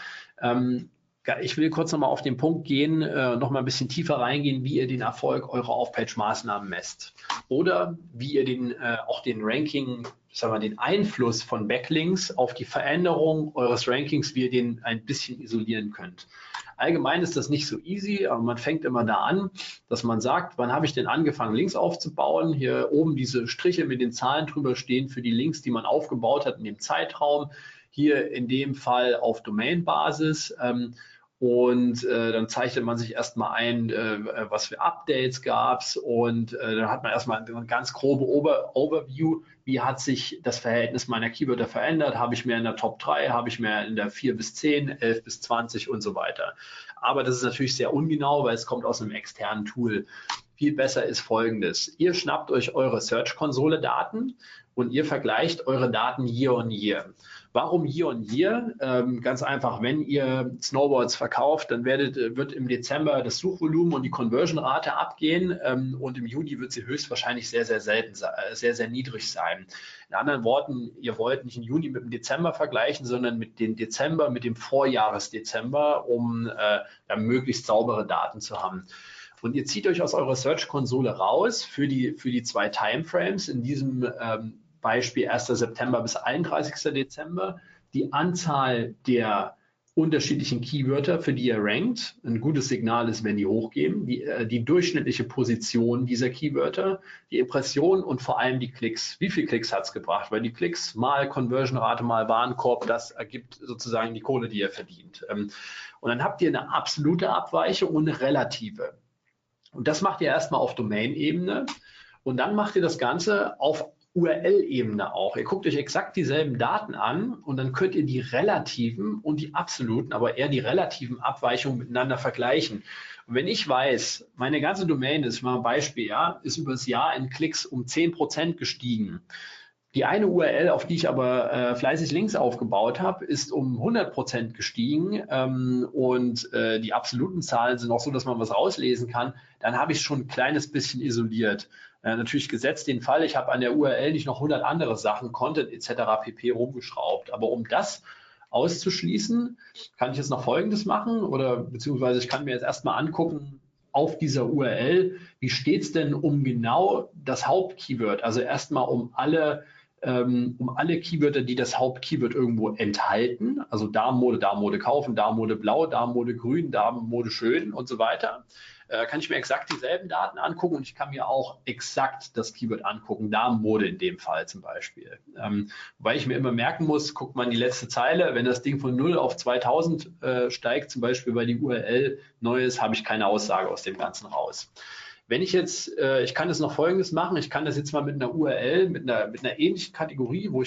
Ich will kurz nochmal auf den Punkt gehen, nochmal ein bisschen tiefer reingehen, wie ihr den Erfolg eurer Off-Page-Maßnahmen messt. Oder wie ihr auch den Ranking, sagen wir, den Einfluss von Backlinks auf die Veränderung eures Rankings, wie ihr den ein bisschen isolieren könnt. Allgemein ist das nicht so easy, aber man fängt immer da an, dass man sagt, wann habe ich denn angefangen, Links aufzubauen? Hier oben diese Striche mit den Zahlen drüber stehen für die Links, die man aufgebaut hat in dem Zeitraum. Hier in dem Fall auf Domain-Basis. Und dann zeichnet man sich erstmal ein, was für Updates gab es und dann hat man erstmal eine ganz grobe Overview, wie hat sich das Verhältnis meiner Keywörter verändert, habe ich mehr in der Top 3, habe ich mehr in der 4 bis 10, 11 bis 20 und so weiter. Aber das ist natürlich sehr ungenau, weil es kommt aus einem externen Tool. Viel besser ist Folgendes. Ihr schnappt euch eure Search-Konsole-Daten und ihr vergleicht eure Daten Year on Year. Warum Year on Year? Ganz einfach, wenn ihr Snowboards verkauft, dann wird im Dezember das Suchvolumen und die Conversion-Rate abgehen und im Juni wird sie höchstwahrscheinlich sehr, sehr selten, sehr, sehr niedrig sein. In anderen Worten, ihr wollt nicht den Juni mit dem Dezember vergleichen, sondern mit dem Dezember, mit dem Vorjahresdezember, um dann möglichst saubere Daten zu haben. Und ihr zieht euch aus eurer Search-Konsole raus für die zwei Timeframes, in diesem Beispiel 1. September bis 31. Dezember, die Anzahl der unterschiedlichen Keywörter, für die ihr rankt. Ein gutes Signal ist, wenn die hochgehen, die durchschnittliche Position dieser Keywörter, die Impression und vor allem die Klicks. Wie viele Klicks hat es gebracht? Weil die Klicks mal Conversion-Rate mal Warenkorb, das ergibt sozusagen die Kohle, die ihr verdient. Und dann habt ihr eine absolute Abweichung und eine relative. Und das macht ihr erstmal auf Domain-Ebene und dann macht ihr das Ganze auf URL-Ebene auch. Ihr guckt euch exakt dieselben Daten an und dann könnt ihr die relativen und die absoluten, aber eher die relativen Abweichungen miteinander vergleichen. Und wenn ich weiß, meine ganze Domain ist, mal ein Beispiel, ja, ist über das Jahr in Klicks um 10% gestiegen. Die eine URL, auf die ich aber fleißig Links aufgebaut habe, ist um 100% gestiegen und die absoluten Zahlen sind auch so, dass man was rauslesen kann. Dann habe ich schon ein kleines bisschen isoliert. Natürlich gesetzt den Fall, ich habe an der URL nicht noch 100 andere Sachen, Content etc. pp. Rumgeschraubt. Aber um das auszuschließen, kann ich jetzt noch Folgendes machen oder beziehungsweise ich kann mir jetzt erstmal angucken, auf dieser URL, wie steht es denn um genau das Hauptkeyword? Also erstmal um alle Keywörter, die das Hauptkeyword irgendwo enthalten, also Damenmode kaufen, Damenmode blau, Damenmode grün, Damenmode schön und so weiter, kann ich mir exakt dieselben Daten angucken und ich kann mir auch exakt das Keyword angucken, Damenmode in dem Fall zum Beispiel. Weil ich mir immer merken muss, guckt man die letzte Zeile, wenn das Ding von 0 auf 2000 steigt, zum Beispiel weil die URL neu ist, habe ich keine Aussage aus dem Ganzen raus. Wenn ich jetzt, ich kann das noch Folgendes machen, ich kann das jetzt mal mit einer URL, mit einer ähnlichen Kategorie, wo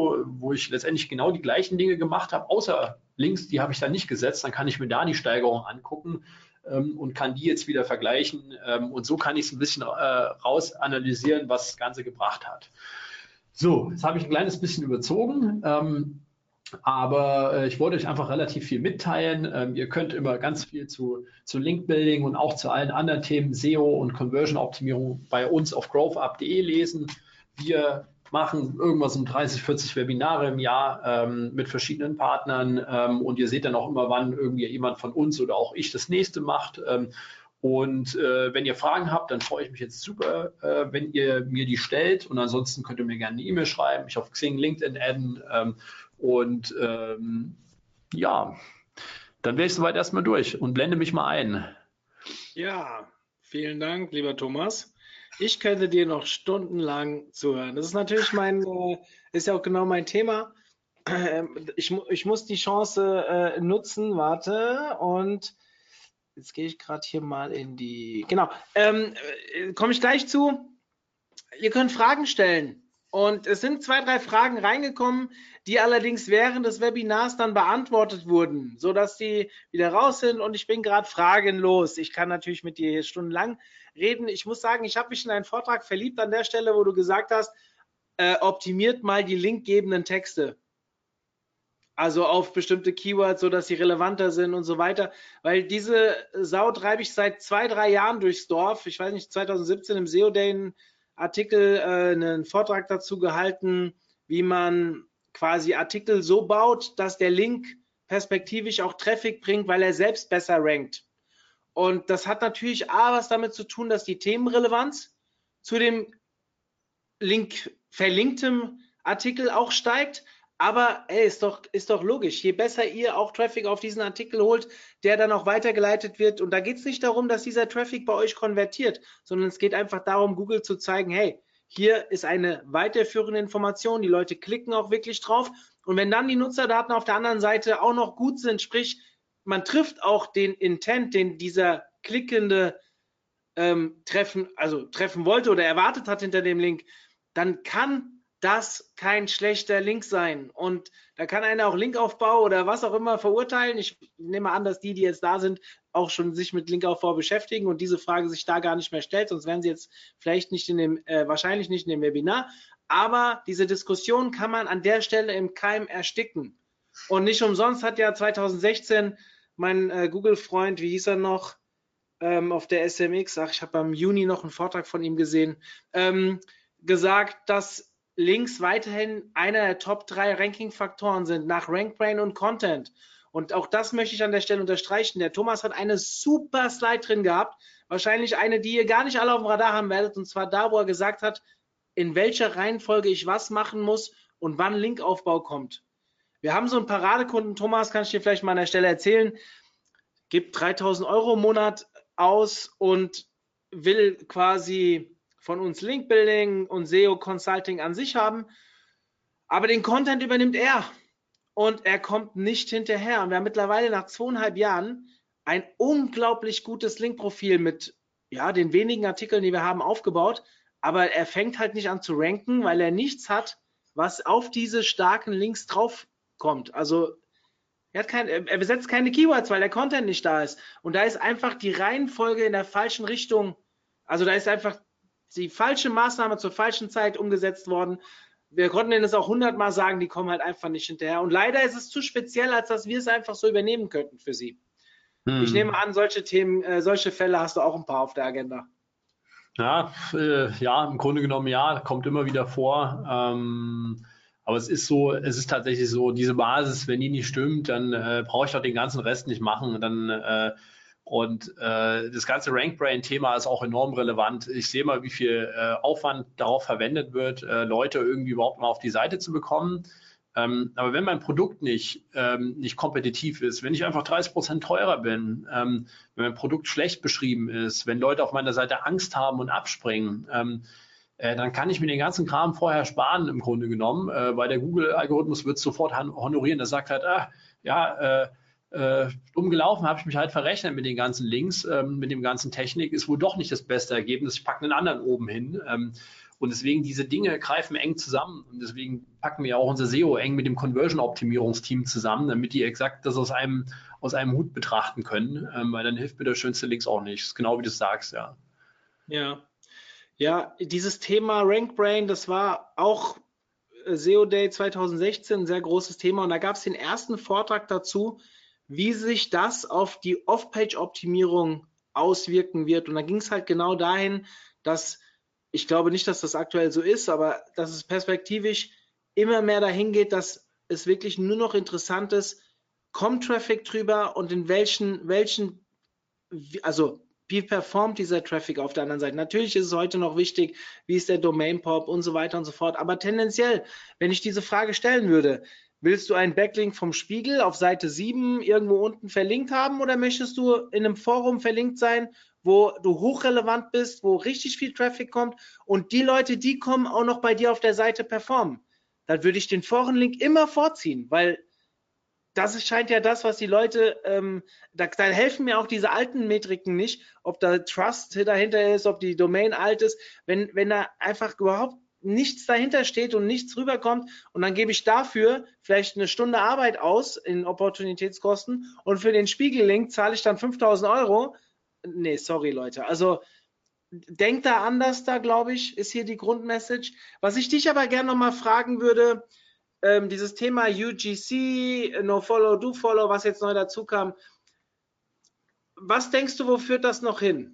ich letztendlich genau die gleichen Dinge gemacht habe, außer Links, die habe ich da nicht gesetzt, dann kann ich mir da die Steigerung angucken und kann die jetzt wieder vergleichen und so kann ich es ein bisschen raus analysieren, was das Ganze gebracht hat. So, jetzt habe ich ein kleines bisschen überzogen. Aber ich wollte euch einfach relativ viel mitteilen. Ihr könnt immer ganz viel zu Link-Building und auch zu allen anderen Themen SEO und Conversion-Optimierung bei uns auf growthup.de lesen. Wir machen irgendwas um 30, 40 Webinare im Jahr mit verschiedenen Partnern und ihr seht dann auch immer, wann irgendwie jemand von uns oder auch ich das nächste macht. Und wenn ihr Fragen habt, dann freue ich mich jetzt super, wenn ihr mir die stellt. Und ansonsten könnt ihr mir gerne eine E-Mail schreiben, mich auf Xing, LinkedIn adden. Ja, dann wäre ich soweit erstmal durch und blende mich mal ein. Ja, vielen Dank, lieber Thomas. Ich könnte dir noch stundenlang zuhören. Das ist natürlich ist ja auch genau mein Thema. Ich muss die Chance nutzen, warte, und jetzt gehe ich gerade hier mal in die, genau, komme ich gleich zu. Ihr könnt Fragen stellen. Und es sind 2, 3 Fragen reingekommen, die allerdings während des Webinars dann beantwortet wurden, sodass die wieder raus sind und ich bin gerade fragenlos. Ich kann natürlich mit dir hier stundenlang reden. Ich muss sagen, ich habe mich in einen Vortrag verliebt an der Stelle, wo du gesagt hast, optimiert mal die linkgebenden Texte. Also auf bestimmte Keywords, sodass sie relevanter sind und so weiter. Weil diese Sau treibe ich seit 2, 3 Jahren durchs Dorf. Ich weiß nicht, 2017 im SEO Day Artikel, einen Vortrag dazu gehalten, wie man quasi Artikel so baut, dass der Link perspektivisch auch Traffic bringt, weil er selbst besser rankt. Und das hat natürlich was damit zu tun, dass die Themenrelevanz zu dem Link verlinktem Artikel auch steigt. Aber ist doch logisch. Je besser ihr auch Traffic auf diesen Artikel holt, der dann auch weitergeleitet wird. Und da geht es nicht darum, dass dieser Traffic bei euch konvertiert, sondern es geht einfach darum, Google zu zeigen, hey, hier ist eine weiterführende Information. Die Leute klicken auch wirklich drauf. Und wenn dann die Nutzerdaten auf der anderen Seite auch noch gut sind, sprich, man trifft auch den Intent, den dieser Klickende treffen wollte oder erwartet hat hinter dem Link, dann kann das kein schlechter Link sein. Und da kann einer auch Linkaufbau oder was auch immer verurteilen. Ich nehme an, dass die jetzt da sind, auch schon sich mit Linkaufbau beschäftigen und diese Frage sich da gar nicht mehr stellt, sonst wären sie jetzt vielleicht nicht wahrscheinlich nicht in dem Webinar. Aber diese Diskussion kann man an der Stelle im Keim ersticken. Und nicht umsonst hat ja 2016 mein Google-Freund, wie hieß er noch, auf der SMX, ich habe am Juni noch einen Vortrag von ihm gesehen, gesagt, dass Links weiterhin einer der Top 3 Ranking-Faktoren sind, nach RankBrain und Content. Und auch das möchte ich an der Stelle unterstreichen. Der Thomas hat eine super Slide drin gehabt, wahrscheinlich eine, die ihr gar nicht alle auf dem Radar haben werdet, und zwar da, wo er gesagt hat, in welcher Reihenfolge ich was machen muss und wann Linkaufbau kommt. Wir haben so einen Paradekunden, Thomas, kann ich dir vielleicht mal an der Stelle erzählen, gibt 3.000 € im Monat aus und will quasi von uns Link-Building und SEO-Consulting an sich haben, aber den Content übernimmt er und er kommt nicht hinterher. Und wir haben mittlerweile nach 2,5 Jahren ein unglaublich gutes Link-Profil mit den wenigen Artikeln, die wir haben, aufgebaut, aber er fängt halt nicht an zu ranken, weil er nichts hat, was auf diese starken Links draufkommt. Also er besetzt keine Keywords, weil der Content nicht da ist. Und da ist einfach die Reihenfolge in der falschen Richtung, also da ist einfach die falsche Maßnahme zur falschen Zeit umgesetzt worden. Wir konnten denen das auch 100-mal sagen, die kommen halt einfach nicht hinterher. Und leider ist es zu speziell, als dass wir es einfach so übernehmen könnten für sie. Ich nehme an, solche Themen, solche Fälle hast du auch ein paar auf der Agenda. Ja, im Grunde genommen ja, kommt immer wieder vor. Aber es ist tatsächlich so, diese Basis, wenn die nicht stimmt, dann brauche ich doch den ganzen Rest nicht machen. Das ganze RankBrain-Thema ist auch enorm relevant. Ich sehe mal, wie viel Aufwand darauf verwendet wird, Leute irgendwie überhaupt mal auf die Seite zu bekommen. Aber wenn mein Produkt nicht kompetitiv ist, wenn ich einfach 30% teurer bin, wenn mein Produkt schlecht beschrieben ist, wenn Leute auf meiner Seite Angst haben und abspringen, dann kann ich mir den ganzen Kram vorher sparen im Grunde genommen, weil der Google-Algorithmus wird sofort honorieren. Der sagt halt, dumm gelaufen, habe ich mich halt verrechnet mit den ganzen Links, mit dem ganzen Technik, ist wohl doch nicht das beste Ergebnis, ich packe einen anderen oben hin. Und deswegen, diese Dinge greifen eng zusammen und deswegen packen wir auch unser SEO eng mit dem Conversion-Optimierungsteam zusammen, damit die exakt das aus einem Hut betrachten können, weil dann hilft mir der schönste Links auch nicht. Das ist genau wie du sagst, ja. Ja, dieses Thema RankBrain, das war auch SEO Day 2016 ein sehr großes Thema und da gab es den ersten Vortrag dazu, wie sich das auf die Off-Page-Optimierung auswirken wird. Und da ging es halt genau dahin, dass, ich glaube nicht, dass das aktuell so ist, aber dass es perspektivisch immer mehr dahin geht, dass es wirklich nur noch interessant ist, kommt Traffic drüber und in wie performt dieser Traffic auf der anderen Seite. Natürlich ist es heute noch wichtig, wie ist der Domain-Pop und so weiter und so fort, aber tendenziell, wenn ich diese Frage stellen würde, willst du einen Backlink vom Spiegel auf Seite 7 irgendwo unten verlinkt haben oder möchtest du in einem Forum verlinkt sein, wo du hochrelevant bist, wo richtig viel Traffic kommt und die Leute, die kommen, auch noch bei dir auf der Seite performen? dann würde ich den Forenlink immer vorziehen, weil das scheint ja das, was die Leute, da helfen mir auch diese alten Metriken nicht, ob da Trust dahinter ist, ob die Domain alt ist, wenn da einfach überhaupt nichts dahinter steht und nichts rüberkommt und dann gebe ich dafür vielleicht eine Stunde Arbeit aus in Opportunitätskosten und für den Spiegel-Link zahle ich dann 5.000 Euro. Nee, sorry Leute, also denkt da anders, da glaube ich, ist hier die Grundmessage. Was ich dich aber gerne nochmal fragen würde, dieses Thema UGC, No-Follow, Do-Follow, was jetzt neu dazu kam, was denkst du, wo führt das noch hin?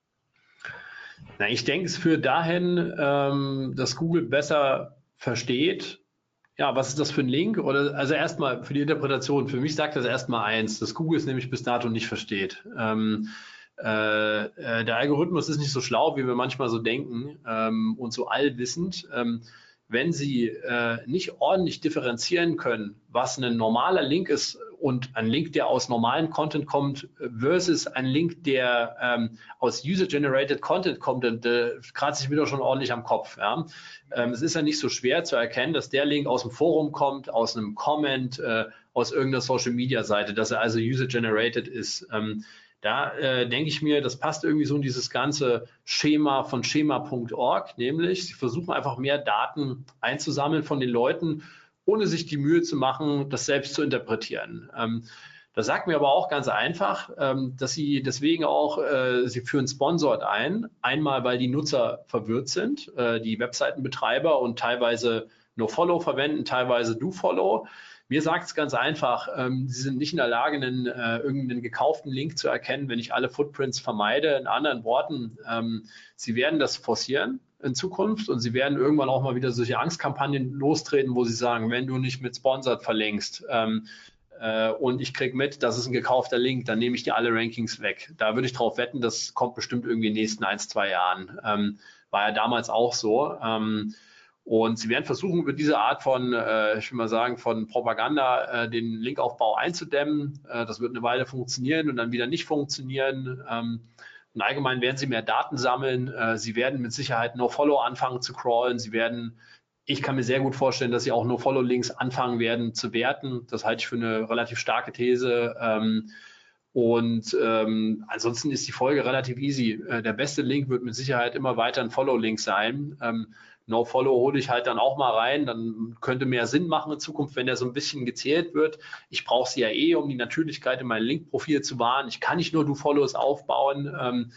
Na, ich denke, es führt dahin, dass Google besser versteht, ja, was ist das für ein Link? Oder also erstmal für die Interpretation, für mich sagt das erstmal eins, dass Google es nämlich bis dato nicht versteht. Der Algorithmus ist nicht so schlau, wie wir manchmal so denken und so allwissend. Wenn Sie nicht ordentlich differenzieren können, was ein normaler Link ist und ein Link, der aus normalem Content kommt, versus ein Link, der aus User-Generated Content kommt, dann kratzt sich mir doch schon ordentlich am Kopf. Ja? Es ist ja nicht so schwer zu erkennen, dass der Link aus dem Forum kommt, aus einem Comment, aus irgendeiner Social-Media-Seite, dass er also User-Generated ist. Da denke ich mir, das passt irgendwie so in dieses ganze Schema von schema.org, nämlich sie versuchen einfach mehr Daten einzusammeln von den Leuten, ohne sich die Mühe zu machen, das selbst zu interpretieren. Das sagt mir aber auch ganz einfach, dass sie deswegen auch, sie führen Sponsored ein, einmal weil die Nutzer verwirrt sind, die Webseitenbetreiber und teilweise No-Follow verwenden, teilweise Do-Follow. Mir sagt es ganz einfach, sie sind nicht in der Lage, irgendeinen gekauften Link zu erkennen, wenn ich alle Footprints vermeide. In anderen Worten, sie werden das forcieren in Zukunft und sie werden irgendwann auch mal wieder solche Angstkampagnen lostreten, wo sie sagen, wenn du nicht mit Sponsored verlinkst und ich kriege mit, das ist ein gekaufter Link, dann nehme ich dir alle Rankings weg. Da würde ich drauf wetten, das kommt bestimmt irgendwie in den nächsten 1-2 Jahren. War ja damals auch so. Und sie werden versuchen, über diese Art von, ich will mal sagen, von Propaganda den Linkaufbau einzudämmen. Das wird eine Weile funktionieren und dann wieder nicht funktionieren. Und allgemein werden sie mehr Daten sammeln. Sie werden mit Sicherheit No-Follow anfangen zu crawlen. Ich kann mir sehr gut vorstellen, dass sie auch No-Follow-Links anfangen werden zu werten. Das halte ich für eine relativ starke These. Ansonsten ist die Folge relativ easy. Der beste Link wird mit Sicherheit immer weiter ein Follow-Link sein. No-Follow hole ich halt dann auch mal rein, dann könnte mehr Sinn machen in Zukunft, wenn der so ein bisschen gezählt wird. Ich brauche sie ja um die Natürlichkeit in meinem Link-Profil zu wahren. Ich kann nicht nur Do-Follows aufbauen.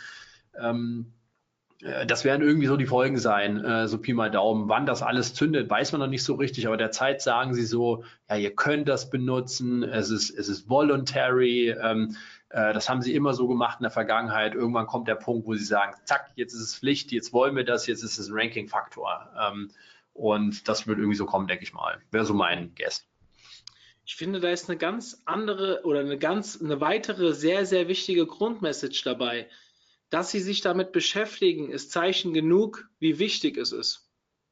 Das werden irgendwie so die Folgen sein, so Pi mal Daumen. Wann das alles zündet, weiß man noch nicht so richtig, aber derzeit sagen sie so, ja, ihr könnt das benutzen, es ist voluntary, das haben sie immer so gemacht in der Vergangenheit. Irgendwann kommt der Punkt, wo sie sagen, zack, jetzt ist es Pflicht, jetzt wollen wir das, jetzt ist es ein Ranking-Faktor. Und das wird irgendwie so kommen, denke ich mal. Wäre so mein Guess. Ich finde, da ist eine ganz andere oder eine weitere sehr, sehr wichtige Grundmessage dabei. Dass sie sich damit beschäftigen, ist Zeichen genug, wie wichtig es ist.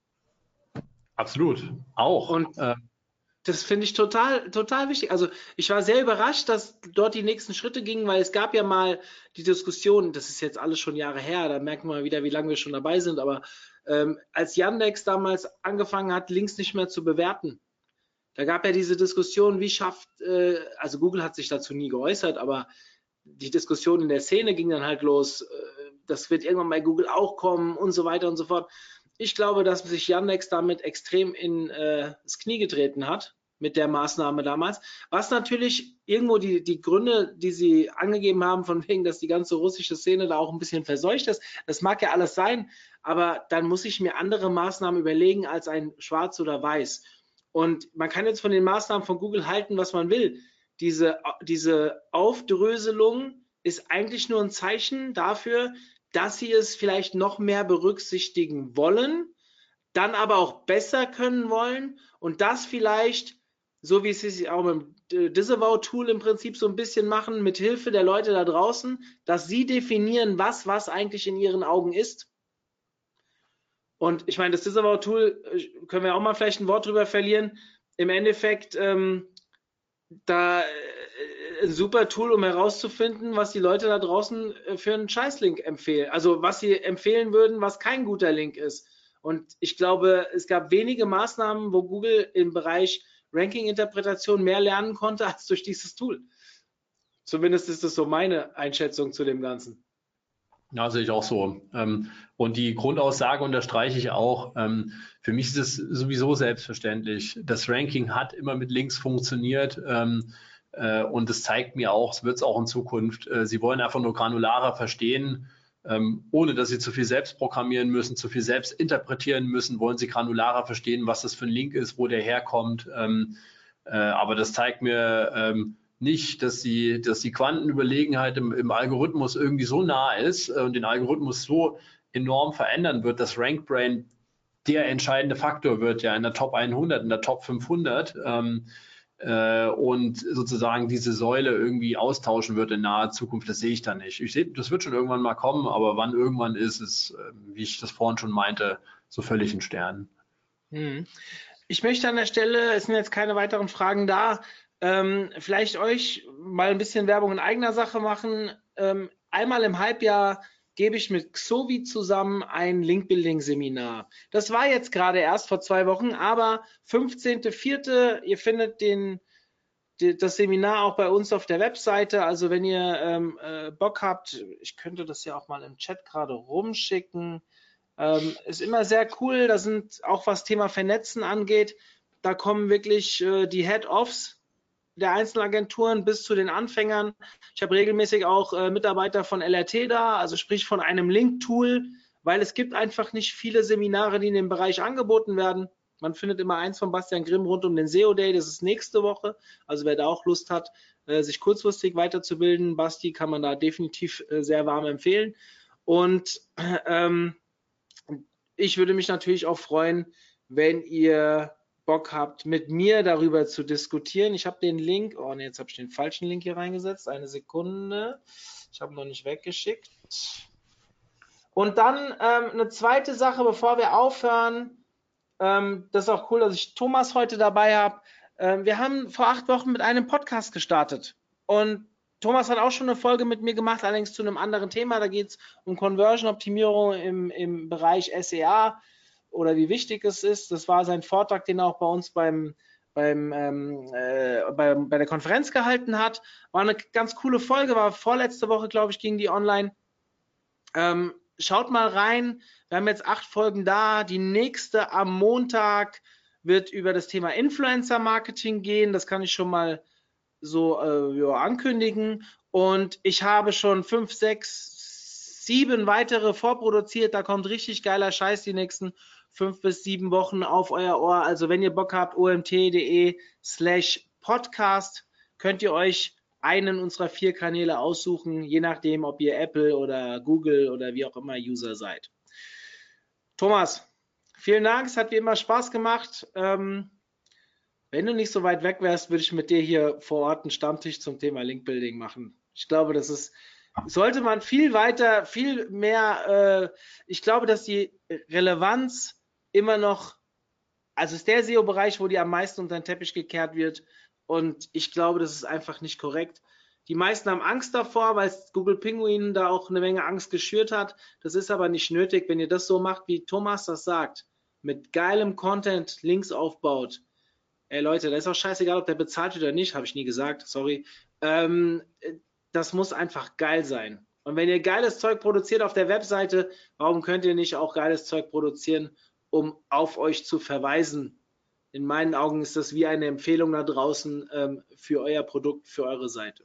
Absolut, auch. Und das finde ich total, total wichtig. Also ich war sehr überrascht, dass dort die nächsten Schritte gingen, weil es gab ja mal die Diskussion, das ist jetzt alles schon Jahre her, da merken wir mal wieder, wie lange wir schon dabei sind, aber als Yandex damals angefangen hat, Links nicht mehr zu bewerten, da gab ja diese Diskussion, also Google hat sich dazu nie geäußert, aber die Diskussion in der Szene ging dann halt los, das wird irgendwann bei Google auch kommen und so weiter und so fort. Ich glaube, dass sich Yandex damit extrem ins Knie getreten hat, mit der Maßnahme damals. Was natürlich irgendwo die Gründe, die sie angegeben haben, von wegen, dass die ganze russische Szene da auch ein bisschen verseucht ist, das mag ja alles sein, aber dann muss ich mir andere Maßnahmen überlegen als ein Schwarz oder Weiß. Und man kann jetzt von den Maßnahmen von Google halten, was man will. Diese Aufdröselung ist eigentlich nur ein Zeichen dafür, dass sie es vielleicht noch mehr berücksichtigen wollen, dann aber auch besser können wollen und das vielleicht, so wie sie es auch mit dem Disavow-Tool im Prinzip so ein bisschen machen, mit Hilfe der Leute da draußen, dass sie definieren, was eigentlich in ihren Augen ist. Und ich meine, das Disavow-Tool, können wir auch mal vielleicht ein Wort drüber verlieren, im Endeffekt da ein super Tool, um herauszufinden, was die Leute da draußen für einen Scheißlink empfehlen. Also was sie empfehlen würden, was kein guter Link ist. Und ich glaube, es gab wenige Maßnahmen, wo Google im Bereich Ranking-Interpretation mehr lernen konnte als durch dieses Tool. Zumindest ist das so meine Einschätzung zu dem Ganzen. Ja, sehe ich auch so. Und die Grundaussage unterstreiche ich auch. Für mich ist es sowieso selbstverständlich. Das Ranking hat immer mit Links funktioniert. Und es zeigt mir auch, es wird es auch in Zukunft. Sie wollen einfach nur granularer verstehen, ohne dass sie zu viel selbst programmieren müssen, zu viel selbst interpretieren müssen, wollen sie granularer verstehen, was das für ein Link ist, wo der herkommt. Aber das zeigt mir nicht, dass die Quantenüberlegenheit im Algorithmus irgendwie so nah ist und den Algorithmus so enorm verändern wird, dass RankBrain der entscheidende Faktor wird, ja in der Top 100, in der Top 500 und sozusagen diese Säule irgendwie austauschen wird in naher Zukunft. Das sehe ich da nicht. Ich sehe, das wird schon irgendwann mal kommen, aber wann irgendwann ist, wie ich das vorhin schon meinte, so völlig ein Stern. Ich möchte an der Stelle, es sind jetzt keine weiteren Fragen da, vielleicht euch mal ein bisschen Werbung in eigener Sache machen. Einmal im Halbjahr gebe ich mit Xovi zusammen ein Link-Building-Seminar. Das war jetzt gerade erst vor 2 Wochen, aber 15.04. Ihr findet das Seminar auch bei uns auf der Webseite. Also wenn ihr Bock habt, ich könnte das ja auch mal im Chat gerade rumschicken. Ist immer sehr cool. Da sind auch was Thema Vernetzen angeht. Da kommen wirklich die Head-Offs der einzelnen Agenturen bis zu den Anfängern. Ich habe regelmäßig auch Mitarbeiter von LRT da, also sprich von einem Link-Tool, weil es gibt einfach nicht viele Seminare, die in dem Bereich angeboten werden. Man findet immer eins von Bastian Grimm rund um den SEO Day, das ist nächste Woche. Also wer da auch Lust hat, sich kurzfristig weiterzubilden, Basti kann man da definitiv sehr warm empfehlen. Und ich würde mich natürlich auch freuen, wenn ihr Bock habt, mit mir darüber zu diskutieren. Ich habe den Link, oh ne, jetzt habe ich den falschen Link hier reingesetzt, eine Sekunde, ich habe ihn noch nicht weggeschickt. Und dann eine zweite Sache, bevor wir aufhören, das ist auch cool, dass ich Thomas heute dabei habe. Wir haben vor 8 Wochen mit einem Podcast gestartet und Thomas hat auch schon eine Folge mit mir gemacht, allerdings zu einem anderen Thema, da geht es um Conversion-Optimierung im Bereich SEA. Oder wie wichtig es ist. Das war sein Vortrag, den er auch bei uns bei der Konferenz gehalten hat. War eine ganz coole Folge, war vorletzte Woche, glaube ich, ging die online. Schaut mal rein. Wir haben jetzt 8 Folgen da. Die nächste am Montag wird über das Thema Influencer-Marketing gehen. Das kann ich schon mal so ankündigen. Und ich habe schon 5, 6, 7 weitere vorproduziert. Da kommt richtig geiler Scheiß die nächsten 5 bis 7 Wochen auf euer Ohr. Also wenn ihr Bock habt, omt.de/podcast, könnt ihr euch einen unserer 4 Kanäle aussuchen, je nachdem, ob ihr Apple oder Google oder wie auch immer User seid. Thomas, vielen Dank, es hat wie immer Spaß gemacht. Wenn du nicht so weit weg wärst, würde ich mit dir hier vor Ort einen Stammtisch zum Thema Link-Building machen. Ich glaube, sollte man viel weiter, viel mehr, ich glaube, dass die Relevanz immer noch, also ist der SEO-Bereich, wo die am meisten unter den Teppich gekehrt wird und ich glaube, das ist einfach nicht korrekt. Die meisten haben Angst davor, weil Google Penguin da auch eine Menge Angst geschürt hat. Das ist aber nicht nötig, wenn ihr das so macht, wie Thomas das sagt, mit geilem Content Links aufbaut. Ey Leute, da ist auch scheißegal, ob der bezahlt wird oder nicht, habe ich nie gesagt, sorry. Das muss einfach geil sein. Und wenn ihr geiles Zeug produziert auf der Webseite, warum könnt ihr nicht auch geiles Zeug produzieren, um auf euch zu verweisen? In meinen Augen ist das wie eine Empfehlung da draußen für euer Produkt, für eure Seite.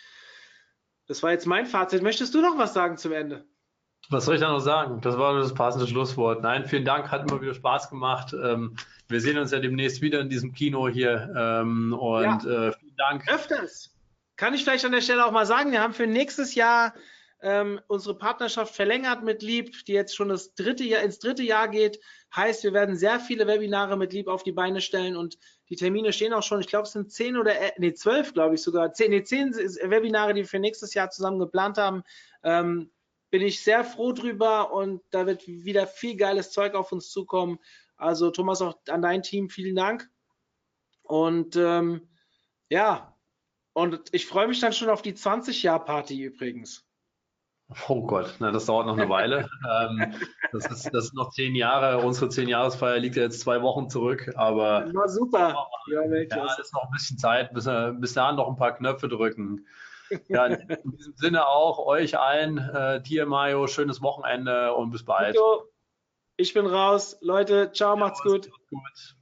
Das war jetzt mein Fazit. Möchtest du noch was sagen zum Ende? Was soll ich da noch sagen? Das war das passende Schlusswort. Nein, vielen Dank, hat immer wieder Spaß gemacht. Wir sehen uns ja demnächst wieder in diesem Kino hier. Vielen Dank. Öfters. Kann ich vielleicht an der Stelle auch mal sagen, wir haben für nächstes Jahr unsere Partnerschaft verlängert mit Leap, die jetzt schon ins dritte Jahr geht. Heißt, wir werden sehr viele Webinare mit Leap auf die Beine stellen und die Termine stehen auch schon. Ich glaube, es sind 10 oder 12, glaube ich sogar. 10 Webinare, die wir für nächstes Jahr zusammen geplant haben. Bin ich sehr froh drüber und da wird wieder viel geiles Zeug auf uns zukommen. Also Thomas, auch an dein Team vielen Dank. Und und ich freue mich dann schon auf die 20-Jahr-Party übrigens. Oh Gott, na, das dauert noch eine Weile. Das ist noch 10 Jahre. Unsere 10-Jahresfeier liegt ja jetzt 2 Wochen zurück, aber War super. Ja, ja, ist noch ein bisschen Zeit, bis dahin noch ein paar Knöpfe drücken. Ja, in diesem Sinne auch euch allen, dir Mario, schönes Wochenende und bis bald. Ich bin raus. Leute, ciao, macht's gut. Gut.